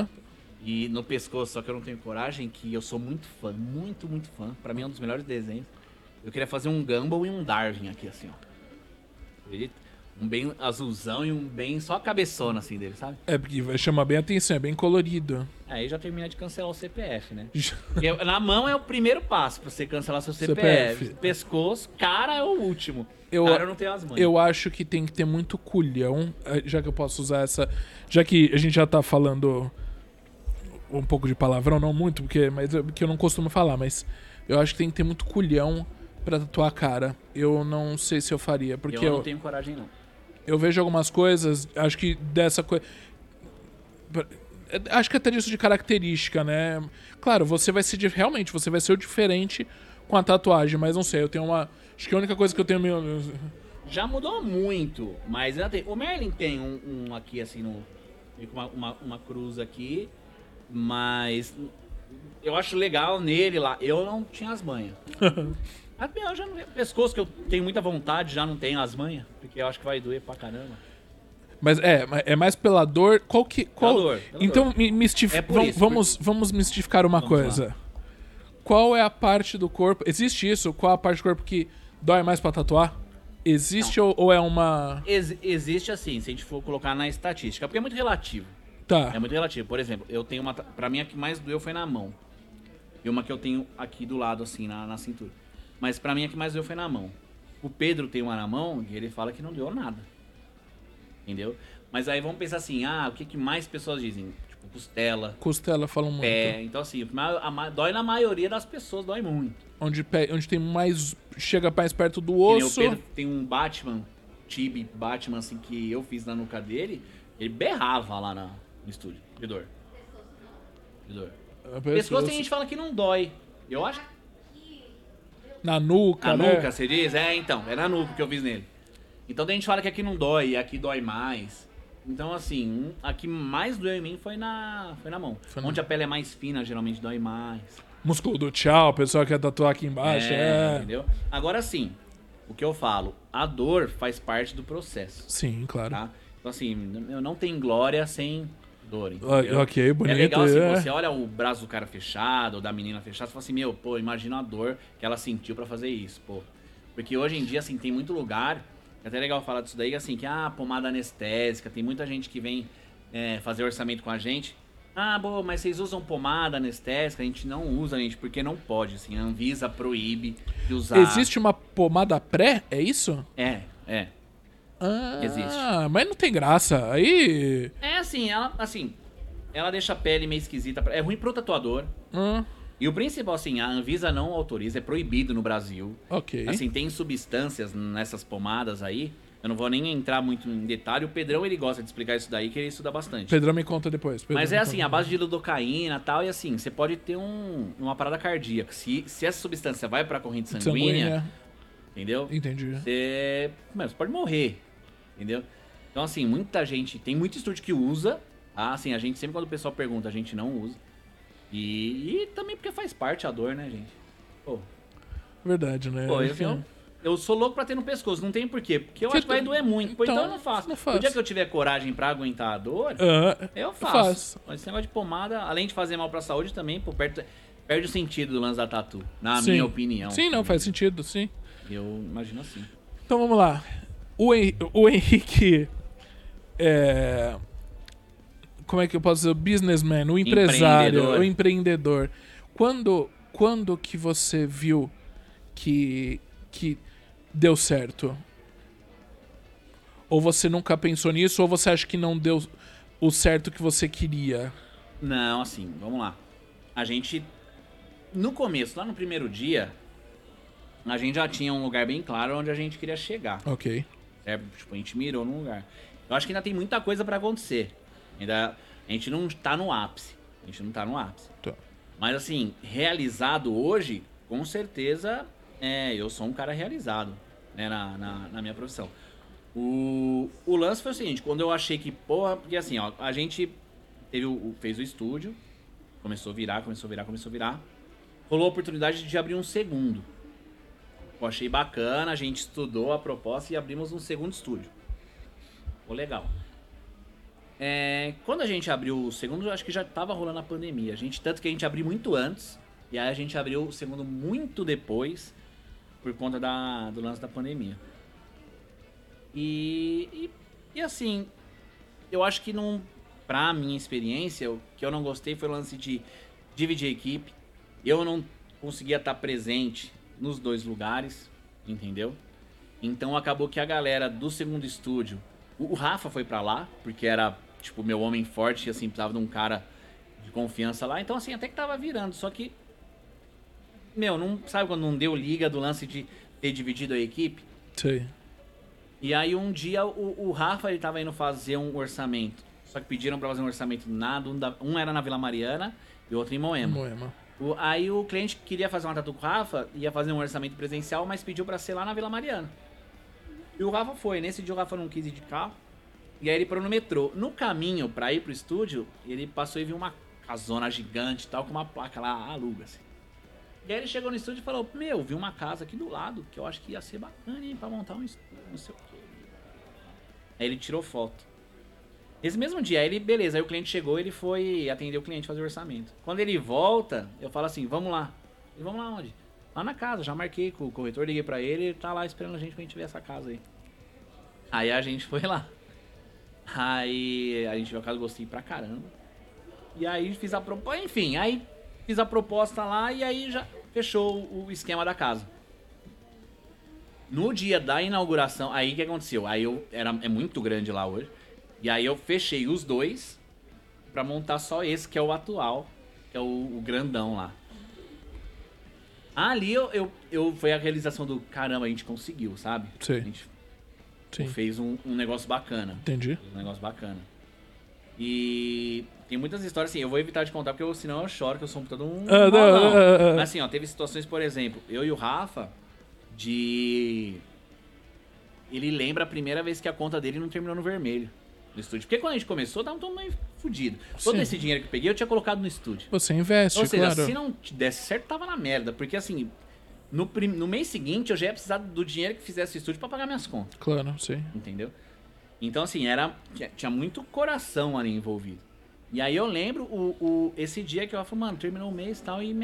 E no pescoço, só que eu não tenho coragem, que eu sou muito fã, muito, muito fã. Pra mim é um dos melhores desenhos. Eu queria fazer um Gumball e um Darwin aqui, assim, ó. Acredita? Um bem azulzão e um bem só a cabeçona, assim, dele, sabe? Porque vai chamar bem a atenção, é bem colorido. Aí já termina de cancelar o CPF, né? Porque na mão é o primeiro passo pra você cancelar seu CPF. Pescoço, cara é o último. Cara, eu não tenho as mãos. Eu acho que tem que ter muito culhão, já que eu posso usar essa... Já que a gente já tá falando um pouco de palavrão, não muito, porque eu não costumo falar, mas eu acho que tem que ter muito culhão pra tatuar a cara. Eu não sei se eu faria, porque eu não tenho coragem, não. Eu vejo algumas coisas, acho que dessa coisa... Acho que até disso de característica, né? Claro, você vai ser realmente, você vai ser o diferente com a tatuagem, mas não sei, eu tenho uma... Acho que a única coisa que eu tenho... Já mudou muito, mas ainda tem... O Merlin tem um aqui, assim, uma cruz aqui, mas eu acho legal nele lá. Eu não tinha as manhas. Eu já não... Pescoço, que eu tenho muita vontade, já não tenho as manhas, porque eu acho que vai doer pra caramba. Mas é mais pela dor. Pela dor. Então, vamos mistificar uma coisa. Lá. Qual é a parte do corpo? Existe isso? Qual a parte do corpo que dói mais pra tatuar? Existe ou é uma... Existe assim, se a gente for colocar na estatística, porque é muito relativo. Tá. É muito relativo. Por exemplo, eu tenho uma... Pra mim, a que mais doeu foi na mão. E uma que eu tenho aqui do lado, assim, na cintura. Mas pra mim, a que mais doeu foi na mão. O Pedro tem uma na mão e ele fala que não deu nada. Entendeu? Mas aí vamos pensar assim, o que mais pessoas dizem? Tipo, Costela falam muito. pé. Então assim, dói na maioria das pessoas, dói muito. Onde tem mais... Chega mais perto do Que nem osso. o Pedro tem um Batman, Tibi Batman, assim, que eu fiz na nuca dele, ele berrava lá no estúdio, de dor. De dor. Pescoço tem gente que fala que não dói. Eu acho que... Na nuca, Na né? nuca, você diz? Então, é na nuca que eu fiz nele. Então tem gente que fala que aqui não dói, e aqui dói mais. Então, assim, a que mais doeu em mim foi na mão. Onde a pele é mais fina, geralmente dói mais. Músculo do tchau, o pessoal quer tatuar aqui embaixo. Entendeu? Agora sim, o que eu falo, a dor faz parte do processo, Sim, claro. tá? Então, assim, eu não tenho glória sem dor, entendeu? Ok, bonito. É legal assim, você olha o braço do cara fechado, ou da menina fechada, você fala assim, imagina a dor que ela sentiu pra fazer isso, pô. Porque hoje em dia, assim, tem muito lugar, é até legal falar disso daí, assim, que, pomada anestésica, tem muita gente que vem fazer orçamento com a gente. Mas vocês usam pomada anestésica? A gente não usa, gente, porque não pode, assim, a Anvisa proíbe de usar. Existe uma pomada pré? É isso? É. Existe. Mas não tem graça. Aí... É assim, ela deixa a pele meio esquisita. É ruim pro tatuador. E o principal, assim, a Anvisa não autoriza, é proibido no Brasil. Ok. Assim, tem substâncias nessas pomadas aí. Eu não vou nem entrar muito em detalhe. O Pedrão, ele gosta de explicar isso daí, que ele estuda bastante. Pedrão me conta depois. Mas é assim, a base de lidocaína e tal, e assim, você pode ter uma parada cardíaca. Se essa substância vai pra corrente sanguínea, entendeu? Entendi. Você pode morrer, entendeu? Então, assim, muita gente, tem muito estúdio que usa, assim, a gente sempre quando o pessoal pergunta, a gente não usa. E também porque faz parte a dor, né, gente? Pô, Verdade, né? eu sou louco pra ter no pescoço, não tem porquê. Porque eu acho que vai doer muito. Então eu não faço. O dia que eu tiver coragem pra aguentar a dor, eu faço. Mas esse negócio de pomada, além de fazer mal pra saúde, também, pô, perde o sentido do lance da tatu. Na minha opinião. Sim, não, faz sentido, sim. Eu imagino assim. Então vamos lá. O Henrique como é que eu posso dizer? O businessman, o empresário, o empreendedor. Quando que você viu que deu certo? Ou você nunca pensou nisso, ou você acha que não deu o certo que você queria? Não, assim, vamos lá. A gente, no começo, lá no primeiro dia, a gente já tinha um lugar bem claro onde a gente queria chegar. Ok. Tipo, a gente mirou num lugar. Eu acho que ainda tem muita coisa pra acontecer. A gente não tá no ápice. Tá. Mas assim, realizado hoje, com certeza, eu sou um cara realizado, né, na minha profissão. O lance foi o seguinte, quando eu achei que, porque assim, ó, a gente fez o estúdio, começou a virar. Rolou a oportunidade de abrir um segundo. Eu achei bacana, a gente estudou a proposta e abrimos um segundo estúdio. Ficou legal. Quando a gente abriu o segundo, eu acho que já tava rolando a pandemia. Tanto que a gente abriu muito antes, e aí a gente abriu o segundo muito depois, por conta do lance da pandemia. E assim, eu acho que pra minha experiência, o que eu não gostei foi o lance de dividir a equipe. Eu não conseguia estar presente nos dois lugares, entendeu? Então acabou que a galera do segundo estúdio, o Rafa foi pra lá, porque era, tipo, meu homem forte, e assim, precisava de um cara de confiança lá. Então, assim, até que tava virando, só que, não sabe quando não deu liga do lance de ter dividido a equipe? Sei. E aí um dia o Rafa, ele tava indo fazer um orçamento, só que pediram pra fazer um orçamento um era na Vila Mariana e o outro em Moema. Aí o cliente queria fazer uma tatu com o Rafa, ia fazer um orçamento presencial, mas pediu pra ser lá na Vila Mariana. E o Rafa foi. Nesse dia o Rafa não quis ir de carro. E aí ele parou no metrô. No caminho pra ir pro estúdio, ele passou e viu uma casona gigante e tal, com uma placa lá, aluga-se. E aí ele chegou no estúdio e falou, vi uma casa aqui do lado, que eu acho que ia ser bacana, hein, pra montar um estúdio, não sei o quê. Aí ele tirou foto. Esse mesmo dia, aí beleza, aí o cliente chegou, ele foi atender o cliente, fazer o orçamento. Quando ele volta, eu falo assim, vamos lá. E vamos lá onde? Lá na casa, já marquei com o corretor, liguei pra ele tá lá esperando a gente pra gente ver essa casa aí. Aí a gente foi lá. Aí a gente viu a casa, gostei pra caramba. E aí fiz a proposta, enfim, aí fiz a proposta lá e aí já fechou o esquema da casa. No dia da inauguração, aí o que aconteceu? Aí é muito grande lá hoje. E aí eu fechei os dois pra montar só esse, que é o atual, que é o grandão lá. Ali foi a realização do caramba, a gente conseguiu, sabe? Sim. A gente Sim. fez um negócio bacana. Entendi. Um negócio bacana. E tem muitas histórias, assim, eu vou evitar de contar, porque senão eu choro, que eu sou todo um malão. Mas assim, ó, teve situações, por exemplo, eu e o Rafa, ele lembra a primeira vez que a conta dele não terminou no vermelho, no estúdio. Porque quando a gente começou, tava todo meio fudido. Todo Sim. esse dinheiro que eu peguei, eu tinha colocado no estúdio. Você investe, Ou seja, claro. se não desse certo, tava na merda. Porque assim, no mês seguinte, eu já ia precisar do dinheiro que fizesse o estúdio pra pagar minhas contas. Claro, sim. Entendeu? Então, assim, tinha muito coração ali envolvido. E aí eu lembro esse dia que eu falei, mano, terminou o mês e tal, e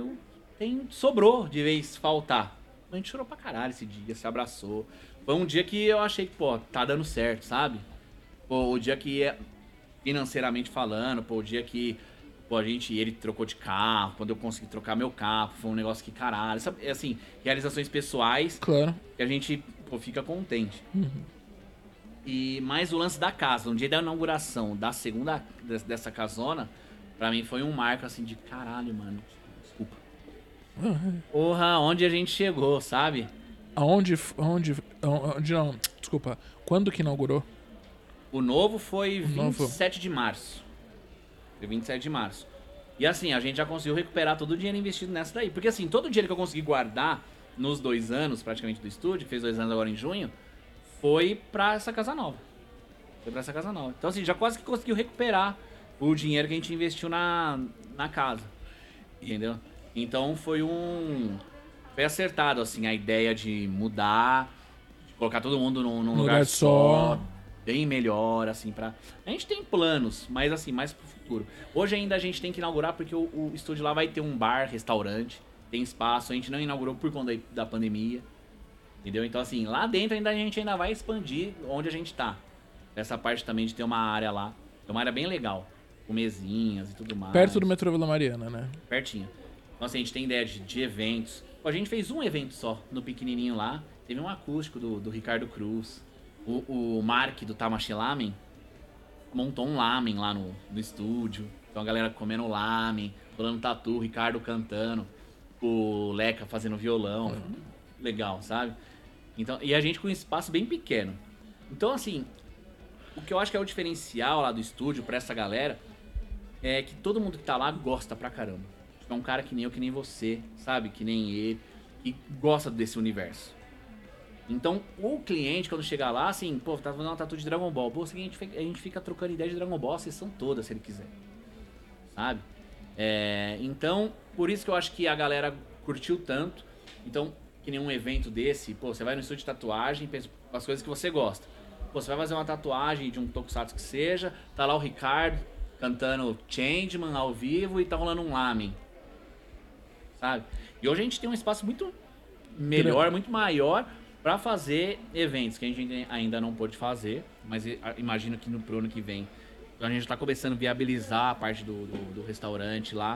sobrou de vez faltar. A gente chorou pra caralho esse dia, se abraçou. Foi um dia que eu achei que, pô, tá dando certo, sabe? Pô, o dia que, financeiramente falando, pô, o dia que, pô, ele trocou de carro, quando eu consegui trocar meu carro, foi um negócio que, caralho, sabe? Assim, realizações pessoais Claro. que a gente, pô, fica contente. E mais o lance da casa, no dia da inauguração da segunda dessa casona, pra mim foi um marco assim de caralho, mano. Desculpa. Porra, onde a gente chegou, sabe? Aonde não, desculpa. Quando que inaugurou? O novo foi novo. 27 de março. Foi 27 de março. E assim, a gente já conseguiu recuperar todo o dinheiro investido nessa daí. Porque assim, todo o dinheiro que eu consegui guardar nos 2 anos, praticamente, do estúdio, fez 2 anos agora em junho, foi pra essa casa nova. Então assim, já quase que conseguiu recuperar o dinheiro que a gente investiu na casa. Entendeu? Então foi acertado, assim, a ideia de mudar, de colocar todo mundo num lugar só, bem melhor, assim, A gente tem planos, mas assim, mais pro futuro. Hoje ainda a gente tem que inaugurar porque o estúdio lá vai ter um bar, restaurante, tem espaço, a gente não inaugurou por conta da pandemia. Entendeu? Então, assim, lá dentro a gente ainda vai expandir onde a gente tá. Essa parte também de ter uma área lá. É uma área bem legal. Com mesinhas e tudo mais. Perto do metrô Vila Mariana, né? Pertinho. Então, assim, a gente tem ideia de eventos. Pô, a gente fez um evento só, no pequenininho lá. Teve um acústico do Ricardo Cruz. O Mark, do Tamashi Lamen, montou um lamen lá no estúdio. Então, a galera comendo lamen, rolando tatu, o Ricardo cantando, o Leca fazendo violão. Legal, sabe? Então, e a gente com um espaço bem pequeno. Então, assim, o que eu acho que é o diferencial lá do estúdio pra essa galera é que todo mundo que tá lá gosta pra caramba. É um cara que nem eu, que nem você, sabe? Que nem ele, e gosta desse universo. Então, o cliente, quando chegar lá, assim, pô, tá fazendo uma tatu de Dragon Ball. Pô, a gente fica trocando ideia de Dragon Ball a sessão toda, se ele quiser. Sabe? Então, por isso que eu acho que a galera curtiu tanto. Então, que nem um evento desse, pô, você vai no estúdio de tatuagem, pensa as coisas que você gosta. Pô, você vai fazer uma tatuagem de um tokusatsu que seja, tá lá o Ricardo cantando Changeman ao vivo e tá rolando um lamen. Sabe? E hoje a gente tem um espaço muito melhor, muito maior pra fazer eventos, que a gente ainda não pôde fazer, mas imagino que pro ano que vem. Então a gente tá começando a viabilizar a parte do restaurante lá.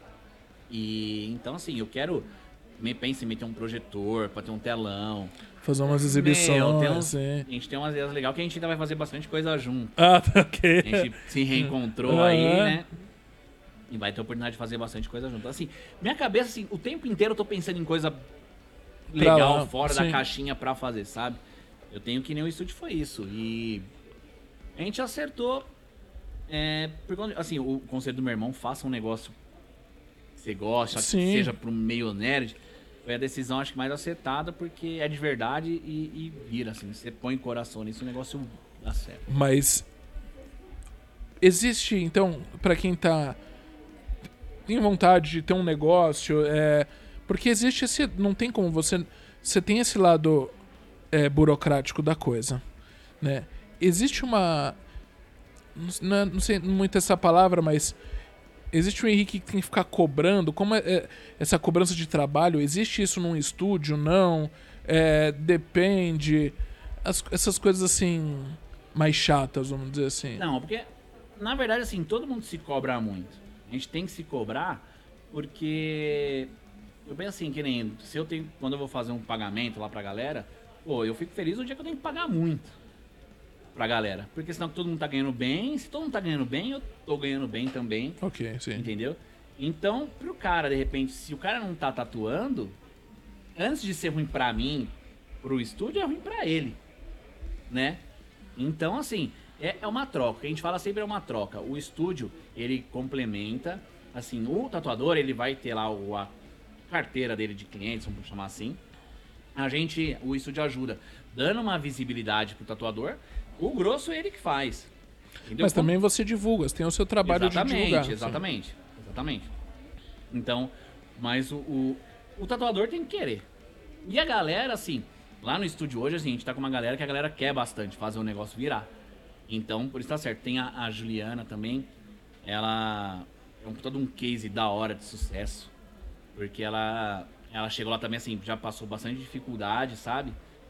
E então, assim, eu quero... Pensa em meter um projetor, pra ter um telão. Fazer umas exibições. A gente tem umas ideias legais que a gente ainda vai fazer bastante coisa junto. Ah, tá, ok. A gente se reencontrou aí, né? E vai ter a oportunidade de fazer bastante coisa junto. Assim, minha cabeça, assim, o tempo inteiro eu tô pensando em coisa legal, lá, fora sim. da caixinha pra fazer, sabe? Eu tenho que nem o estúdio foi isso. E a gente acertou. Porque, assim, o conselho do meu irmão, faça um negócio que você gosta, que Sim. seja pro meio nerd. Foi a decisão, acho que mais acertada, porque é de verdade e vira, assim. Você põe coração nisso, o negócio dá certo. Mas existe, então, pra quem tem vontade de ter um negócio, porque existe esse, não tem como você tem esse lado burocrático da coisa, né? Existe não sei muito essa palavra, mas existe um Henrique que tem que ficar cobrando, como essa cobrança de trabalho, existe isso num estúdio? Não, depende, essas coisas assim mais chatas, vamos dizer assim. Não, porque, na verdade, assim, todo mundo se cobra muito. A gente tem que se cobrar porque... Eu penso assim, que nem... Quando eu vou fazer um pagamento lá pra galera, pô, eu fico feliz no dia que eu tenho que pagar muito pra galera. Porque senão todo mundo tá ganhando bem. Se todo mundo tá ganhando bem, eu tô ganhando bem também. Ok, sim. Entendeu? Então, pro cara, de repente, se o cara não tá tatuando, antes de ser ruim pra mim, pro estúdio, é ruim pra ele. Né? Então, assim, é uma troca. A gente fala sempre é uma troca. O estúdio, ele complementa. Assim, o tatuador, ele vai ter lá a carteira dele de clientes, vamos chamar assim. O estúdio ajuda, dando uma visibilidade pro tatuador. O grosso é ele que faz. Entendeu? Mas também você divulga, você tem o seu trabalho de divulgar. Exatamente. Então, mas o tatuador tem que querer. E a galera, assim, lá no estúdio hoje, assim, a gente tá com uma galera que a galera quer bastante fazer o negócio virar. Então, por isso tá certo. Tem a Juliana também, ela é todo um case da hora de sucesso. Porque ela chegou lá também, assim, já passou bastante dificuldade, sabe?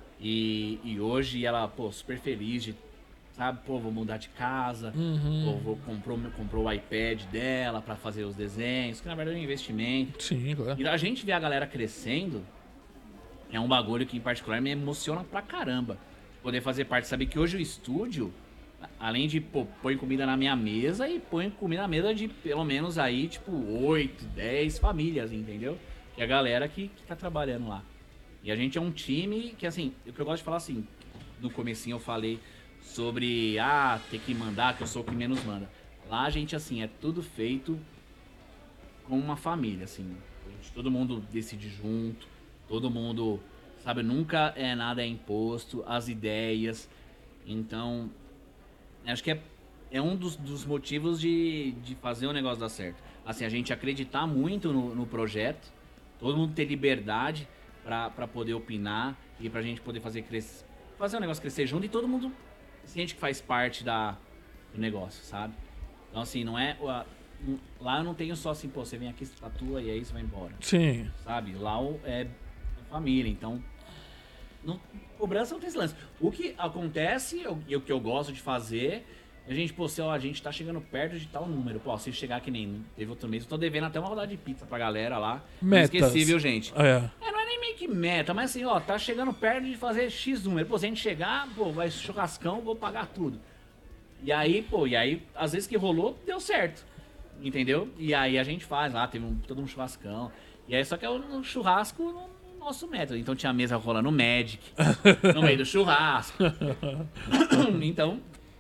E hoje ela, pô, super feliz de, sabe? Pô, vou mudar de casa, pô, comprou o iPad dela pra fazer os desenhos, que na verdade é um investimento. Sim, claro. E a gente ver a galera crescendo é um bagulho que, em particular, me emociona pra caramba. Poder fazer parte, saber que hoje o estúdio, além de, pô, põe comida na minha mesa e põe comida na mesa de, pelo menos, aí, tipo, 8, 10 famílias, entendeu? Que é a galera que tá trabalhando lá. E a gente é um time que, assim, o que eu gosto de falar, assim, no comecinho eu falei sobre, ter que mandar, que eu sou o que menos manda. Lá a gente, assim, é tudo feito com uma família, assim. Todo mundo decide junto, todo mundo, sabe, nunca nada é imposto, as ideias. Então, acho que é um dos motivos de fazer o negócio dar certo. Assim, a gente acreditar muito no projeto, todo mundo ter liberdade pra poder opinar e pra gente poder fazer o negócio crescer junto e todo mundo sente que faz parte do negócio, sabe? Então, assim, não é... Lá eu não tenho só assim, pô, você vem aqui, você tatua e aí você vai embora. Sim. Sabe? Lá é família, então... Cobrança não tem esse lance. O que acontece e o que eu gosto de fazer... A gente, pô, a gente tá chegando perto de tal número. Pô, se chegar que nem teve outro mês, eu tô devendo até uma rodada de pizza pra galera lá. Metas. Não esqueci, viu, gente? Não é nem meio que meta, mas assim, ó, tá chegando perto de fazer X número. Pô, se a gente chegar, pô, vai churrascão, vou pagar tudo. E aí, às vezes que rolou, deu certo. Entendeu? E aí a gente faz lá, teve todo um churrascão. E aí só que é um churrasco no nosso método. Então tinha a mesa rolando Magic, no meio do churrasco. Então...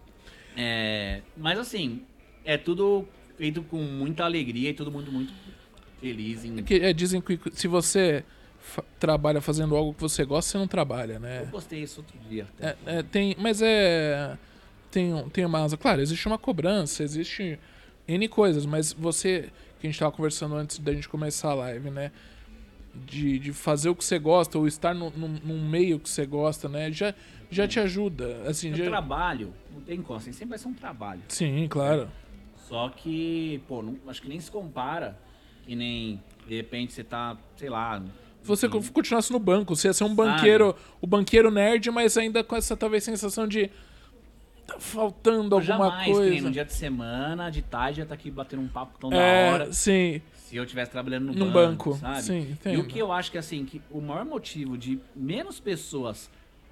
mas assim, é tudo feito com muita alegria e todo mundo muito feliz. Dizem que se você trabalha fazendo algo que você gosta, você não trabalha, né? Eu postei isso outro dia. Tem uma... Claro, existe uma cobrança, existe N coisas, mas você, que a gente tava conversando antes da gente começar a live, né? De fazer o que você gosta, ou estar num meio que você gosta, né? Já te ajuda. Assim, trabalho, não tem como, assim, sempre vai ser um trabalho. Sim, claro. Só que, pô, acho que nem se compara, que nem, de repente, você tá, sei lá... Você continuasse no banco, você ia ser um banqueiro, o banqueiro nerd, mas ainda com essa, talvez, sensação de... Tá faltando alguma coisa. Que no dia de semana, de tarde, já tá aqui batendo um papo tão da hora. Sim. Se eu estivesse trabalhando no banco, sabe? Sim, entendo. E o que eu acho que, assim, que o maior motivo de menos pessoas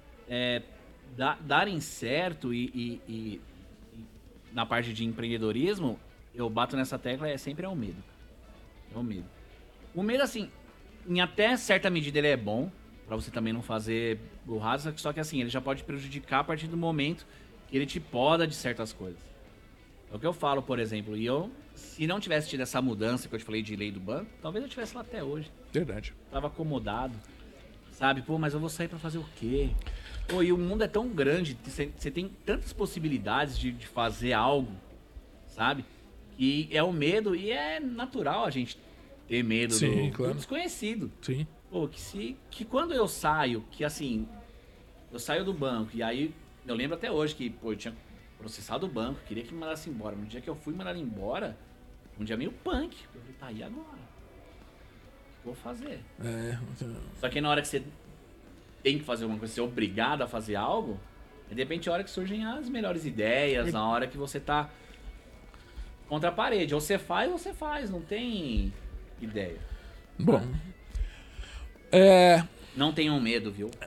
darem certo e na parte de empreendedorismo, eu bato nessa tecla, sempre é o medo. É o medo. O medo, assim, em até certa medida ele é bom, pra você também não fazer burrada, só que assim, ele já pode prejudicar a partir do momento que ele te poda de certas coisas. É o que eu falo, por exemplo, se não tivesse tido essa mudança que eu te falei de lei do banco, talvez eu estivesse lá até hoje. Verdade. Tava acomodado, sabe? Pô, mas eu vou sair pra fazer o quê? Pô, e o mundo é tão grande, você tem tantas possibilidades de fazer algo, sabe? E é o medo, e é natural a gente ter medo do desconhecido. Sim. Pô, que quando eu saio, que assim, eu saio do banco, e aí eu lembro até hoje que, pô, eu tinha processado o banco, queria que me mandasse embora. No dia que eu fui mandar embora, um dia meio punk. Eu falei, tá, e agora? O que eu vou fazer? Só que na hora que você tem que fazer alguma coisa, você é obrigado a fazer algo, de repente é a hora que surgem as melhores ideias, na hora que você tá contra a parede. Ou você faz, não tem ideia. Bom. Não tenham medo, viu?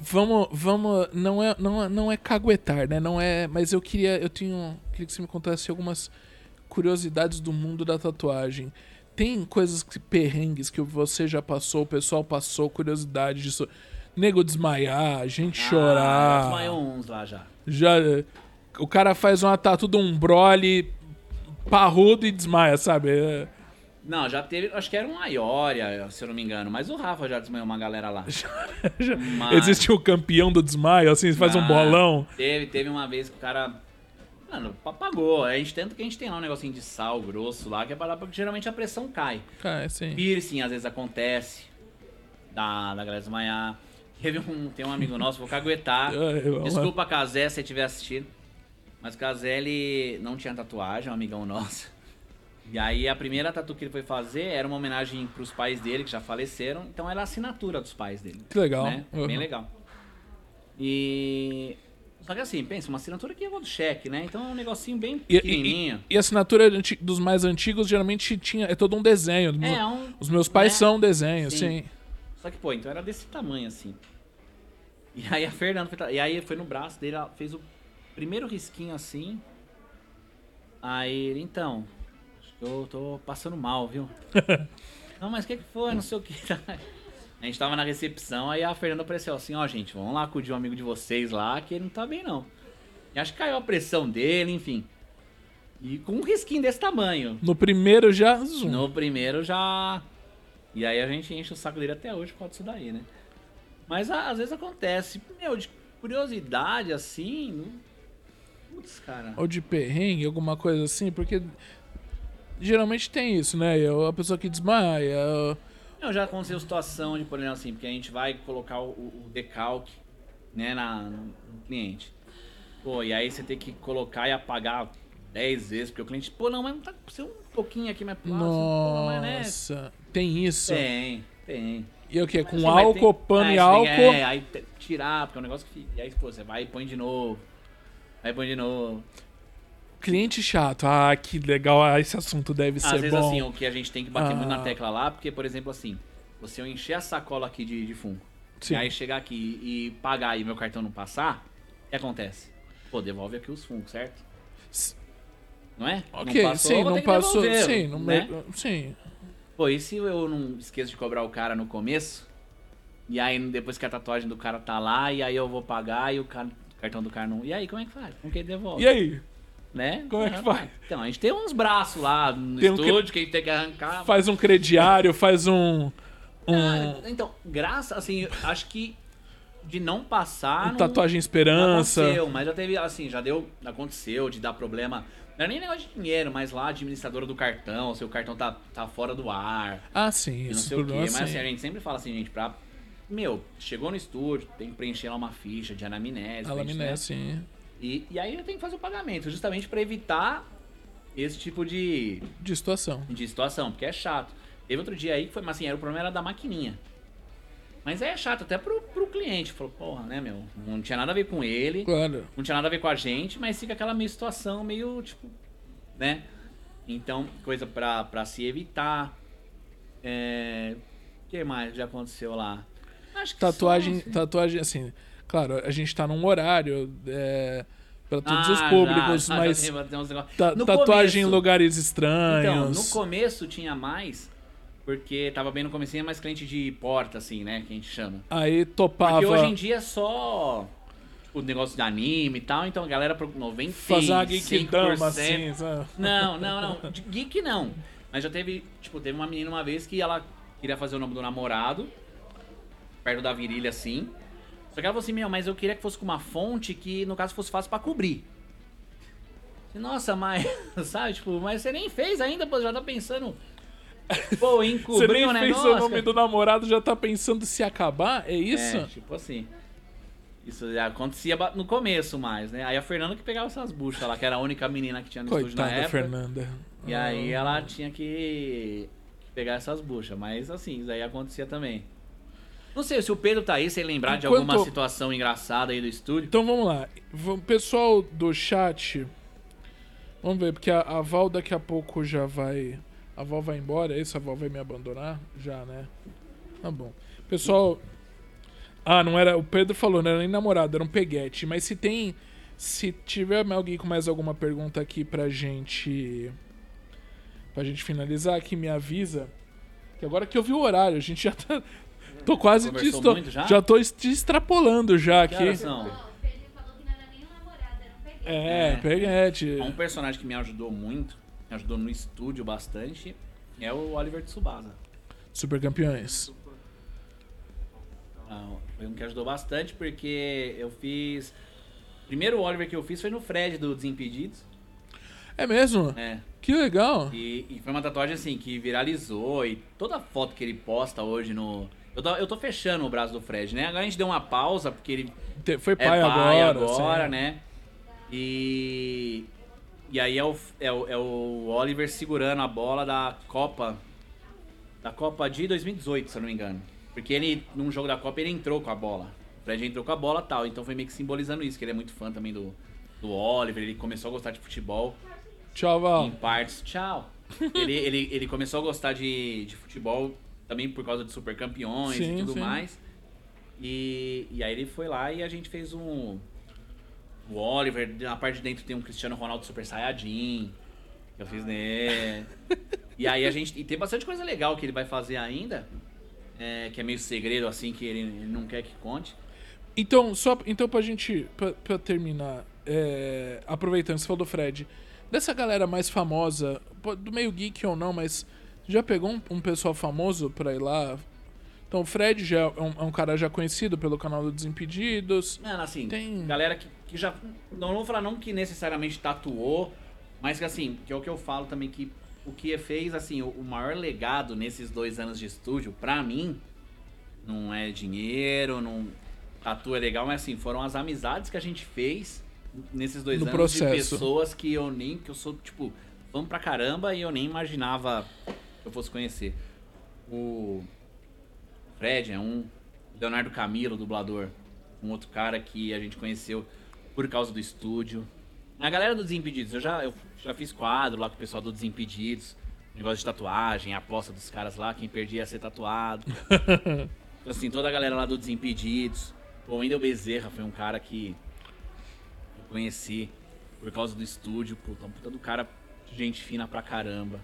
Vamos, não é caguetar, né? Não é, mas queria que você me contasse algumas curiosidades do mundo da tatuagem. Tem perrengues que você já passou, o pessoal passou, curiosidade disso. Nego desmaiar, gente Já chorar. desmaiou uns lá já. Já, o cara faz uma tatu de um brole parrudo e desmaia, sabe? Não, já teve, acho que era um Aioria, se eu não me engano, mas o Rafa já desmaiou uma galera lá. Mas- Existe o campeão do desmaio, assim, faz um Ah, bolão. Teve uma vez que o cara. Mano, apagou. Tanto que a gente tem lá um negocinho de sal grosso lá, que é pra dar, porque geralmente a pressão cai. Cara, assim. Piercing às vezes acontece. Da galera desmaiar. Tem um amigo nosso, vou caguetar. Desculpa, Casé, se você estiver assistindo. Mas o Casé, ele não tinha tatuagem, é um amigão nosso. E aí a primeira tatu que ele foi fazer era uma homenagem pros pais dele, que já faleceram. Então era a assinatura dos pais dele. Que legal. Né? Bem legal. E... Só que assim, pensa, uma assinatura que é igual do cheque, né? Então é um negocinho bem pequenininho. E a assinatura dos mais antigos geralmente é todo um desenho. Os meus pais né? são desenhos, Sim. sim. Só que, pô, então era desse tamanho, assim. E aí a Fernanda foi no braço dele, ela fez o primeiro risquinho assim. Aí ele, então, acho que eu tô passando mal, viu? Não, mas o que foi? Não sei o que. A gente tava na recepção, aí a Fernanda apareceu assim, ó, gente, vamos lá acudir um amigo de vocês lá, que ele não tá bem, não. E acho que caiu a pressão dele, enfim. E com um risquinho desse tamanho. No primeiro já... No primeiro já... E aí a gente enche o saco dele até hoje por causa disso daí, né? Mas às vezes acontece, meu, de curiosidade, assim... Putz, cara... Ou de perrengue, alguma coisa assim, porque... Geralmente tem isso, né? A pessoa que desmaia... Eu já aconteceu situação de, por exemplo, assim, porque a gente vai colocar o decalque, né, no cliente. Pô, e aí você tem que colocar e apagar 10 vezes, porque o cliente, pô, não, mas tá um pouquinho aqui mais próximo. Pô, mas, né? Nossa, tem isso? Tem. E o quê? Mas, Com assim, álcool, pano e álcool? Aí tirar, porque é um negócio que fica. E aí, pô, você vai e põe de novo. Aí põe de novo. Cliente chato. Ah, que legal. Ah, esse assunto deve Às ser vezes, bom. assim, o que a gente tem que bater muito na tecla lá, porque, por exemplo, assim, se eu encher a sacola aqui de fumo, Sim. e aí chegar aqui e pagar e meu cartão não passar, o que acontece? Pô, devolve aqui os fungos, certo? Não é? Ok, não passou, sim, vou não ter que passou. devolver, Sim, né? sim. Pô, e se eu não esqueço de cobrar o cara no começo? E aí depois que a tatuagem do cara tá lá, e aí eu vou pagar e o cartão do cara não. E aí, como é que faz? Como que ele devolve? E aí? Né? Como é que faz? Então, a gente tem uns braços lá no Tem estúdio que a gente tem que arrancar. Faz um crediário, faz um... Então, assim, acho que de não passar. Não, tatuagem não esperança. aconteceu, mas já teve, assim, aconteceu de dar problema. Não era nem negócio de dinheiro, mas lá a administradora do cartão, seu cartão tá fora do ar. Ah, sim, E não isso. sei o quê. Mas assim, assim, a gente sempre fala assim, gente, chegou no estúdio, tem que preencher lá uma ficha de anamnese. a laminé, né? sim. E aí tem que fazer o pagamento, justamente pra evitar esse tipo de De situação. situação, porque é chato. Teve outro dia aí que foi, mas assim, o problema era da maquininha. Mas aí é chato até pro cliente. Falou, porra, né, meu? Não tinha nada a ver com ele, Claro. não tinha nada a ver com a gente, mas fica aquela meio situação meio, tipo, né? Então, coisa pra se evitar. O que mais já aconteceu lá? Acho que Tatuagem, só, assim. tatuagem, assim... Claro, a gente tá num horário para todos os Ah, públicos, já mas tem uns negócios. No tatuagem em começo- lugares Então, estranhos. no começo tinha mais, porque tava bem no comecinho, mais cliente de porta, assim, né? Que a gente chama. Aí topava Porque hoje em dia é só o negócio de anime e tal, então a galera pro 95%. fazer uma geekdama assim, sabe? Não. De geek não. Mas já teve uma menina uma vez que ela queria fazer o nome do namorado, perto da virilha assim. Só que ela falou assim, mas eu queria que fosse com uma fonte que, no caso, fosse fácil pra cobrir. Nossa, mas, sabe, mas você nem fez ainda, pô, já tá pensando, pô, em Você cobrir nem o fez negócio. o nome do namorado, já tá pensando se acabar? É isso? É, tipo assim. Isso já acontecia no começo mais, né? Aí a Fernanda que pegava essas buchas lá, que era a única menina que tinha no estúdio na Coitada época. Fernanda. E aí ela tinha que pegar essas buchas. Mas assim, isso aí acontecia também. Não sei se o Pedro tá aí, sem lembrar de Enquanto- alguma situação engraçada aí do estúdio. Então vamos lá. Pessoal do chat, vamos ver, porque a Val daqui a pouco já vai... A Val vai embora, é isso? A Val vai me abandonar? Já, né? Tá bom. Pessoal, Ah, não era. O Pedro falou, não era nem namorado, era um peguete. Mas se tem. Se tiver alguém com mais alguma pergunta aqui pra gente. Pra gente finalizar, aqui me avisa. Que agora que eu vi o horário, a gente já tá. Tô quase Conversou muito já? já tô extrapolando já Que aqui. horas são? Ó, o Pedro falou que não era nem um namorado, era um peguete. É, peguete. Um personagem que me ajudou muito, me ajudou no estúdio bastante, é o Oliver Tsubasa. Super campeões. Ah, foi um que ajudou bastante porque eu fiz... Primeiro Oliver que eu fiz foi no Fred do Desimpedidos. É mesmo? É. Que legal. E foi uma tatuagem assim que viralizou e toda foto que ele posta hoje no... Eu tô fechando o braço do Fred, né? Agora a gente deu uma pausa porque ele Foi é pai agora. Sim. né? E aí é o Oliver segurando a bola da Copa de 2018, se eu não me engano. Porque ele, num jogo da Copa, ele entrou com a bola. O Fred entrou com a bola e tal. Então foi meio que simbolizando isso, que ele é muito fã também do Oliver. Ele começou a gostar de futebol Tchau, Val. em partes. Tchau. Ele começou a gostar de futebol também por causa de Super Campeões Sim, e tudo sim. mais. E aí ele foi lá e a gente fez o Oliver. Na parte de dentro tem um Cristiano Ronaldo Super Saiyajin. Que eu fiz nele. E aí e tem bastante coisa legal que ele vai fazer ainda. Que é meio segredo assim, que ele não quer que conte. Então, então pra gente. Pra terminar, aproveitando, você falou do Fred. Dessa galera mais famosa, do meio geek ou não, mas já pegou um pessoal famoso pra ir lá? Então o Fred já é um cara já conhecido pelo canal do Desimpedidos. Mano, assim, Tem- galera que já. Não vou falar não que necessariamente tatuou, mas que assim, que é o que eu falo também, que o que fez, assim, o maior legado nesses 2 anos de estúdio, pra mim, não é dinheiro, não. Tatu é legal, mas assim, foram as amizades que a gente fez nesses 2 No anos processo. de pessoas que eu sou, tipo, fã pra caramba e eu nem imaginava que eu fosse conhecer. O Fred é um, Leonardo Camilo, dublador, um outro cara que a gente conheceu por causa do estúdio. A galera do Desimpedidos, eu já fiz quadro lá com o pessoal do Desimpedidos, negócio de tatuagem, a aposta dos caras lá, quem perdia ia ser tatuado. Assim, toda a galera lá do Desimpedidos. O Wendel Bezerra foi um cara que eu conheci por causa do estúdio, puta do cara, gente fina pra caramba.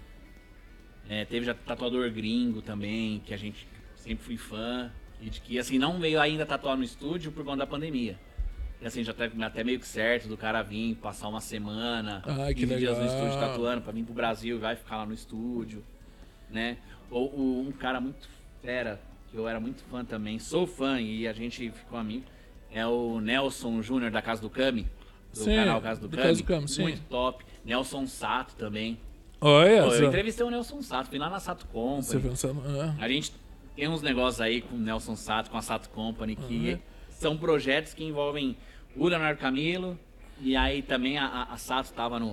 Teve já tatuador gringo também, que a gente sempre fui fã, e de que assim, não veio ainda tatuar no estúdio por conta da pandemia. E assim, já tá até meio que certo do cara vir, passar uma semana, Ai, que 15 dias no legal. estúdio tatuando, pra vir pro Brasil e vai ficar lá no estúdio, né? Ou um cara muito fera, que eu era muito fã também, sou fã e a gente ficou amigo, é o Nelson Júnior da Casa do Kami, do Sim, canal Casa do do Kami. Casa do Kami, sim. Muito top. Nelson Sato também. Olha, Pô, eu só. entrevistei o Nelson Sato, fui lá na Sato Você Company. pensando. A gente tem uns negócios aí com o Nelson Sato, com a Sato Company, que são projetos que envolvem o Leonardo Camilo, e aí também a Sato tava no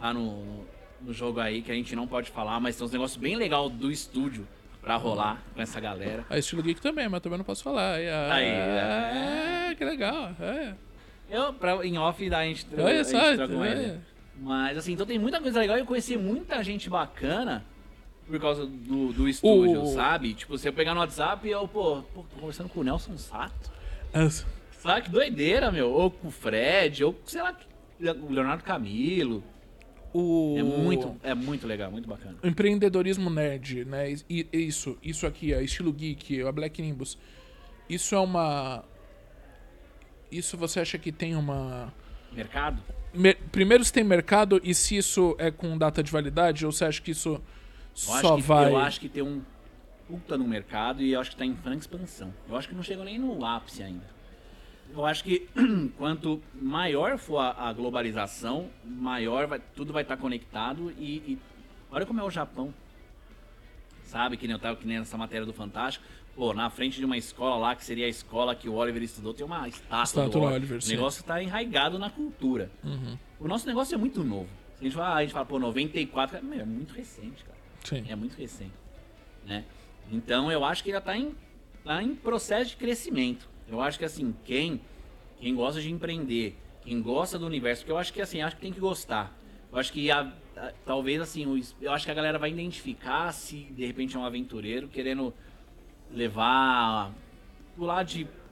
jogo aí, que a gente não pode falar, mas tem uns negócios bem legais do estúdio pra rolar com essa galera. A Estilo Geek também, mas também não posso falar. Que legal. Em off a gente Olha só. troca uma ideia. Mas assim, então tem muita coisa legal e eu conheci muita gente bacana por causa do estúdio, sabe? Tipo, se eu pegar no WhatsApp e eu, tô conversando com o Nelson Sato. Sabe que doideira, meu? Ou com o Fred, ou sei lá, o Leonardo Camilo. É muito legal, muito bacana. O empreendedorismo nerd, né? Isso aqui, a Estilo Geek, a Black Nimbus. Isso é uma. Isso você acha que tem uma. Mercado? Primeiro, se tem mercado e se isso é com data de validade, ou você acha que isso vai. Eu acho que tem um puta no mercado e eu acho que tá em franca expansão. Eu acho que não chegou nem no ápice ainda. Eu acho que quanto maior for a globalização, maior tudo vai estar conectado e olha como é o Japão. Sabe, que nem essa matéria do Fantástico. Pô, na frente de uma escola lá, que seria a escola que o Oliver estudou, tem uma estátua do Oliver. O negócio está enraizado na cultura. Uhum. O nosso negócio é muito novo. A gente fala, pô, 94, é muito recente, cara. Sim. É muito recente, né? Então eu acho que já tá em processo de crescimento. Eu acho que assim, quem gosta de empreender, quem gosta do universo, porque eu acho que assim, acho que tem que gostar. Eu acho que talvez assim, eu acho que a galera vai identificar se de repente é um aventureiro querendo levar do lado de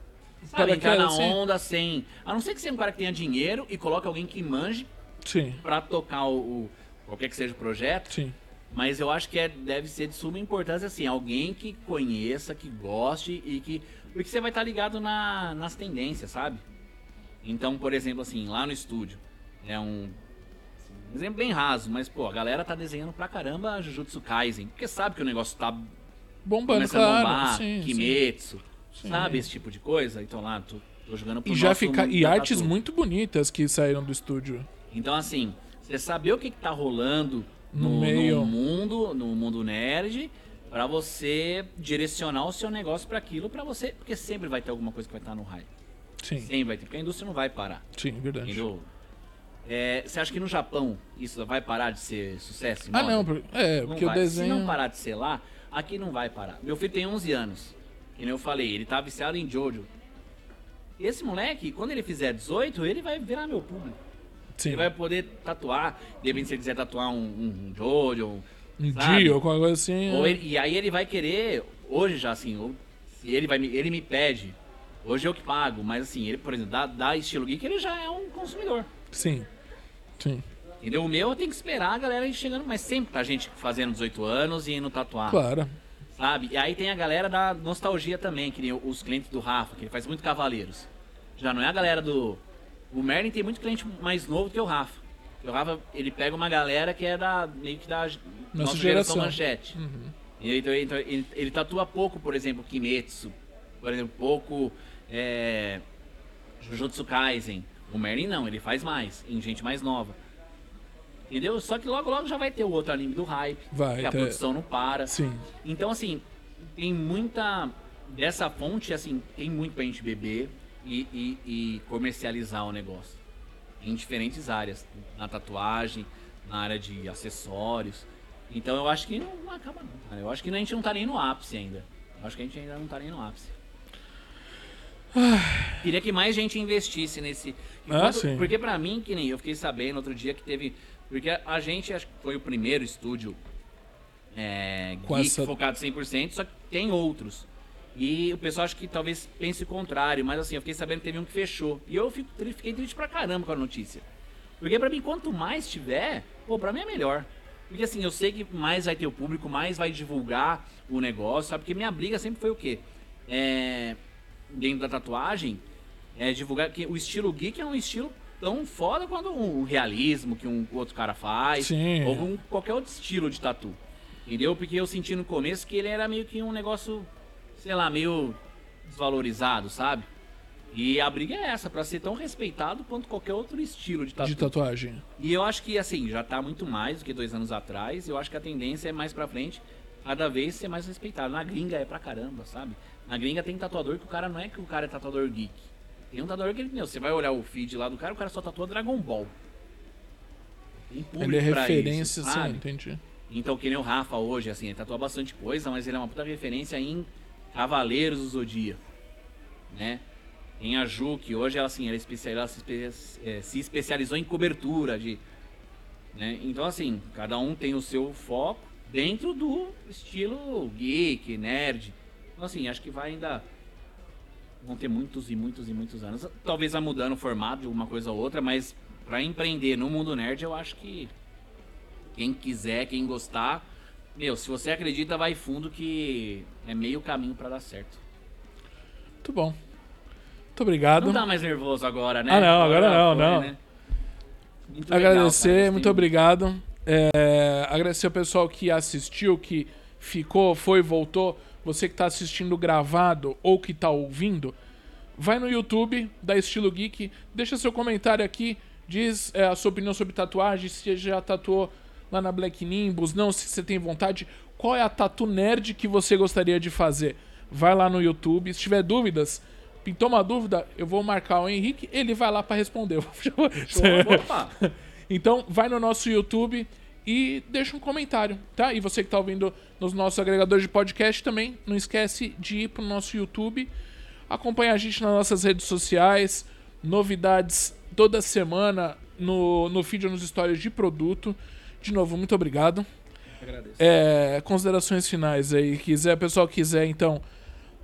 Sabe, entrar Paraquedas, na sim. onda sem... A não ser que seja um cara que tenha dinheiro e coloque alguém que manje Sim, pra tocar qualquer que seja o projeto. sim. Mas eu acho que deve ser de suma importância, assim, alguém que conheça, que goste e que... Porque você vai estar ligado nas tendências, sabe? Então, por exemplo, assim, lá no estúdio, é um exemplo bem raso, mas, pô, a galera tá desenhando pra caramba Jujutsu Kaisen, porque sabe que o negócio tá Bombando, começando a claro. bombar, Sim, sim. Kimetsu, Sim. sabe? Esse tipo de coisa. Então lá, tô jogando pro E já nosso fica mundo e da artes tatu. muito bonitas que saíram do estúdio. Então, assim, você saber o que tá rolando No no meio. mundo nerd, pra você direcionar o seu negócio pra aquilo, pra você... Porque sempre vai ter alguma coisa que vai estar no hype. Sim, Sempre vai ter, porque a indústria não vai parar. sim, verdade. Entendeu? Você acha que no Japão isso vai parar de ser sucesso? em Ah, moda? não, Não porque o vai. desenho. Se não parar de ser lá, aqui não vai parar. Meu filho tem 11 anos. Que nem eu falei, ele tá viciado em Jojo. Esse moleque, quando ele fizer 18, ele vai virar meu público. Sim. Ele vai poder tatuar. De repente, se ele quiser tatuar um Jojo, Um sabe? dia ou qualquer coisa assim. Ou é. e aí ele vai querer, hoje já assim, se ele me pede, hoje eu que pago, mas assim, ele, por exemplo, da estilo geek, ele já é um consumidor. Sim. Sim. Entendeu? O meu eu tenho que esperar a galera ir chegando, mas sempre tá gente fazendo 18 anos e indo tatuar. Claro. Sabe? E aí tem a galera da nostalgia também, que nem os clientes do Rafa, que ele faz muito Cavaleiros. Já não é a galera do... O Merlin tem muito cliente mais novo que o Rafa. Porque o Rafa, ele pega uma galera que é meio que da nossa geração geração. manchete. E então, ele tatua pouco, por exemplo, Kimetsu. Por exemplo, pouco Jujutsu Kaisen. O Merlin não, ele faz mais, em gente mais nova. Entendeu? Só que logo logo já vai ter o outro anime do hype. Vai que a ter. produção não para. Sim. Então, assim, tem muita... Dessa fonte, assim, tem muito pra gente beber e comercializar o negócio. Em diferentes áreas. Na tatuagem, na área de acessórios. Então, eu acho que não acaba não, cara. Eu acho que a gente não tá nem no ápice ainda. Eu acho que a gente ainda não tá nem no ápice. Queria que mais gente investisse nesse... Sim. Porque pra mim, que nem eu fiquei sabendo outro dia que teve... Porque a gente, acho que foi o primeiro estúdio Com geek essa- focado 100%, só que tem outros. E o pessoal acho que talvez pense o contrário, mas assim, eu fiquei sabendo que teve um que fechou. E eu fiquei triste pra caramba com a notícia. Porque pra mim, quanto mais tiver, pô, pra mim é melhor. Porque assim, eu sei que mais vai ter o público, mais vai divulgar o negócio, sabe? Porque minha briga sempre foi o quê? Dentro da tatuagem, divulgar que o estilo geek é um estilo tão foda quanto o realismo que um outro cara faz, Sim. ou qualquer outro estilo de tatu. Entendeu? Porque eu senti no começo que ele era meio que um negócio, sei lá, meio desvalorizado, sabe? E a briga é essa, pra ser tão respeitado quanto qualquer outro estilo de tatu. De tatuagem. E eu acho que, assim, já tá muito mais do que 2 anos atrás. Eu acho que a tendência é mais pra frente, cada vez ser mais respeitado. Na gringa é pra caramba, sabe? Na gringa tem tatuador que o cara não é que o cara é tatuador geek. Tem um tatuador que ele, você vai olhar o feed lá do cara, o cara só tatua Dragon Ball. Tem público Ele é pra referência, isso, sim, sabe? entendi. Então, que nem o Rafa hoje, assim, ele tatua bastante coisa, mas ele é uma puta referência em Cavaleiros do Zodíaco, né? Tem a Ju, que hoje ela, assim, ela se especializou em cobertura de... Né? Então, assim, cada um tem o seu foco dentro do estilo geek, nerd. Então, assim, acho que vai ainda... Vão ter muitos e muitos e muitos anos. Talvez vai mudando o formato de alguma coisa ou outra, mas pra empreender no mundo nerd, eu acho que quem quiser, quem gostar... Meu, se você acredita, vai fundo que é meio caminho pra dar certo. Muito bom. Muito obrigado. Não tá mais nervoso agora, né? Ah, não, agora não, não. Né? Muito legal, Agradecer, cara, muito gostei obrigado. Agradecer ao pessoal que assistiu, que ficou, foi, voltou. Você que tá assistindo gravado ou que tá ouvindo, vai no YouTube da Estilo Geek, deixa seu comentário aqui, diz a sua opinião sobre tatuagem, se já tatuou lá na Black Nimbus, não, se você tem vontade, qual é a tatu nerd que você gostaria de fazer. Vai lá no YouTube, se tiver dúvidas, pintou uma dúvida, eu vou marcar o Henrique, ele vai lá pra responder. Opa! Então, vai no nosso YouTube e deixa um comentário, tá? E você que tá ouvindo nos nossos agregadores de podcast também, não esquece de ir pro nosso YouTube, acompanha a gente nas nossas redes sociais, novidades toda semana no feed ou nos stories de produto. De novo, muito obrigado. Agradeço. Considerações finais aí, pessoal quiser então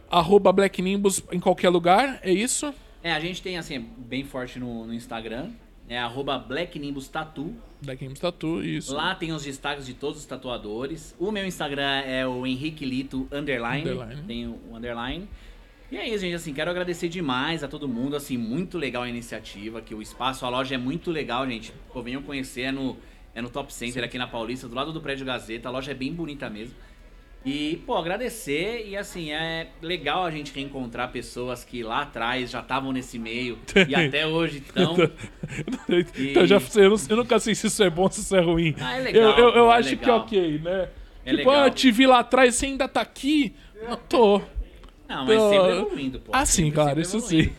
@BlackNimbus em qualquer lugar, é isso? A gente tem, assim, bem forte no Instagram. É @BlackNimbus Tattoo. Black Nimbus Tattoo, isso. Lá tem os destaques de todos os tatuadores. O meu Instagram é o Henrique Lito _. Tem o underline. E é isso, gente. Assim, quero agradecer demais a todo mundo. Assim, muito legal a iniciativa. Que o espaço, a loja é muito legal, gente. Pô, venham conhecer. É no Top Center, aqui na Paulista, do lado do Prédio Gazeta. A loja é bem bonita mesmo. E, pô, agradecer. E, assim, é legal a gente reencontrar pessoas que lá atrás já estavam nesse meio e até hoje estão. Então, eu nunca sei se isso é bom ou se isso é ruim. É legal. Eu acho que é ok, né? É tipo, legal. Eu te vi lá atrás, você ainda tá aqui? Não tô. Não, mas sempre evoluindo, pô. Sim, claro, isso sim.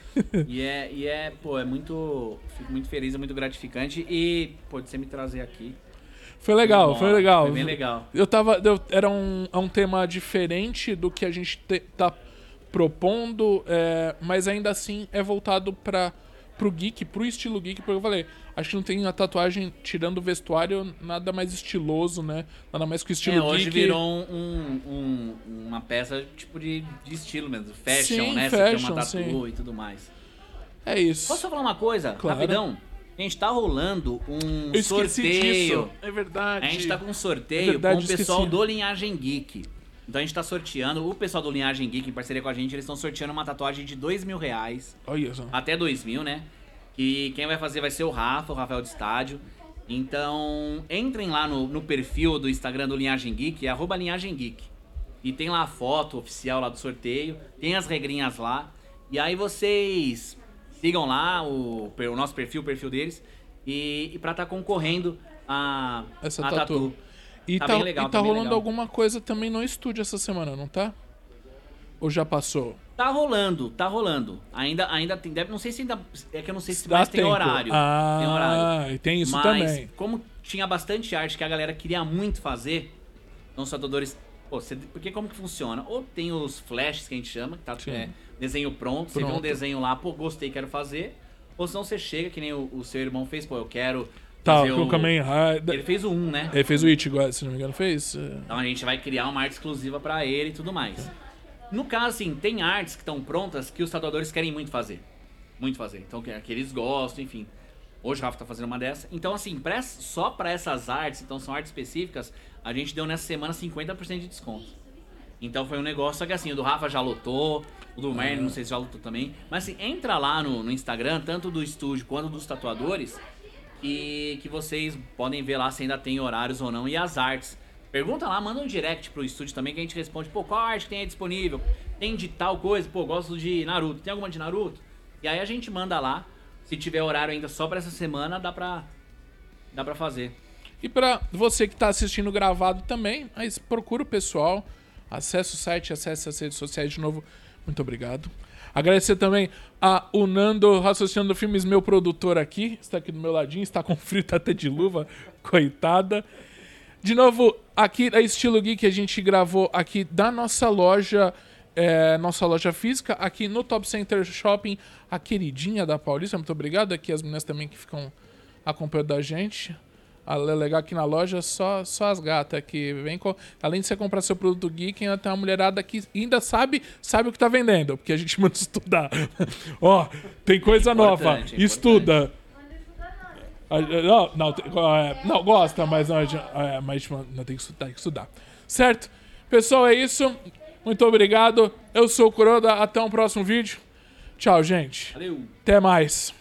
Pô, é muito... Fico muito feliz, é muito gratificante. E, pô, de você me trazer aqui... Foi legal, foi legal. Foi bem legal. Era um tema diferente do que a gente tá propondo, mas ainda assim é voltado pro geek, pro estilo geek, porque eu falei, acho que não tem a tatuagem, tirando o vestuário, nada mais estiloso, né? Nada mais que o estilo geek. Hoje virou uma peça tipo de estilo mesmo, fashion, sim, né? Fashion, você tem uma tatu sim. e tudo mais. É isso. Posso só falar uma coisa? Claro. Rapidão? A gente tá rolando um Eu esqueci sorteio. disso. É verdade. A gente tá com um sorteio com o pessoal do Linhagem Geek. Então a gente tá sorteando, o pessoal do Linhagem Geek, em parceria com a gente, eles estão sorteando uma tatuagem de R$2.000. Olha só. Até 2.000, né? E quem vai fazer vai ser o Rafael de Estádio. Então, entrem lá no perfil do Instagram do Linhagem Geek, é @Linhagem Geek. E tem lá a foto oficial lá do sorteio, tem as regrinhas lá. E aí vocês sigam lá o nosso perfil, o perfil deles, e pra estar concorrendo a tatu. E tá bem legal, e tá bem rolando legal. alguma coisa também no estúdio essa semana, não tá? Ou já passou? Tá rolando. Ainda tem, não sei se ainda, é que eu não sei se Dá mais tem tempo. horário. Tem horário. E tem isso Mas, também. como tinha bastante arte que a galera queria muito fazer, então os tatuadores... Porque como que funciona? Ou tem os flashes que a gente chama, que tá desenho pronto, você vê um desenho lá, pô, gostei, quero fazer. Ou senão você chega, que nem o seu irmão fez, pô, eu quero fazer o Kamen Rider. Ele fez o 1, né? Ele fez o Ichigo, se não me engano, fez. Então a gente vai criar uma arte exclusiva pra ele e tudo mais. No caso, assim, tem artes que estão prontas que os tatuadores querem muito fazer. Muito fazer. Então, que eles gostam, enfim. Hoje o Rafa tá fazendo uma dessa. Então, assim, só pra essas artes, então são artes específicas, a gente deu nessa semana 50% de desconto. Então foi um negócio, só que assim, o do Rafa já lotou, o do Merlin, não sei se já lotou também. Mas assim, entra lá no Instagram, tanto do estúdio quanto dos tatuadores, que vocês podem ver lá se ainda tem horários ou não. E as artes. Pergunta lá, manda um direct pro estúdio também que a gente responde, pô, qual arte que tem aí disponível? Tem de tal coisa? Pô, gosto de Naruto. Tem alguma de Naruto? E aí a gente manda lá. Se tiver horário ainda só pra essa semana, dá pra fazer. E pra você que tá assistindo gravado também, mas procura o pessoal, acesse o site, acesse as redes sociais de novo. Muito obrigado. Agradecer também o Nando Raciocinando Filmes, meu produtor aqui. Está aqui do meu ladinho, está com frio, tá até de luva. Coitada. De novo, aqui da Estilo Geek, a gente gravou aqui da nossa loja física, aqui no Top Center Shopping, a queridinha da Paulista. Muito obrigado. Aqui as meninas também que ficam acompanhando a gente. Legal aqui na loja, só as gatas que vem com... Além de você comprar seu produto geek, ainda tem uma mulherada que ainda sabe o que tá vendendo, porque a gente manda estudar. Ó, tem coisa nova, estuda. Não, gosta, mas não tem que estudar. Certo? Pessoal, é isso. Muito obrigado. Eu sou o Kuroda. Até um próximo vídeo. Tchau, gente. Valeu. Até mais.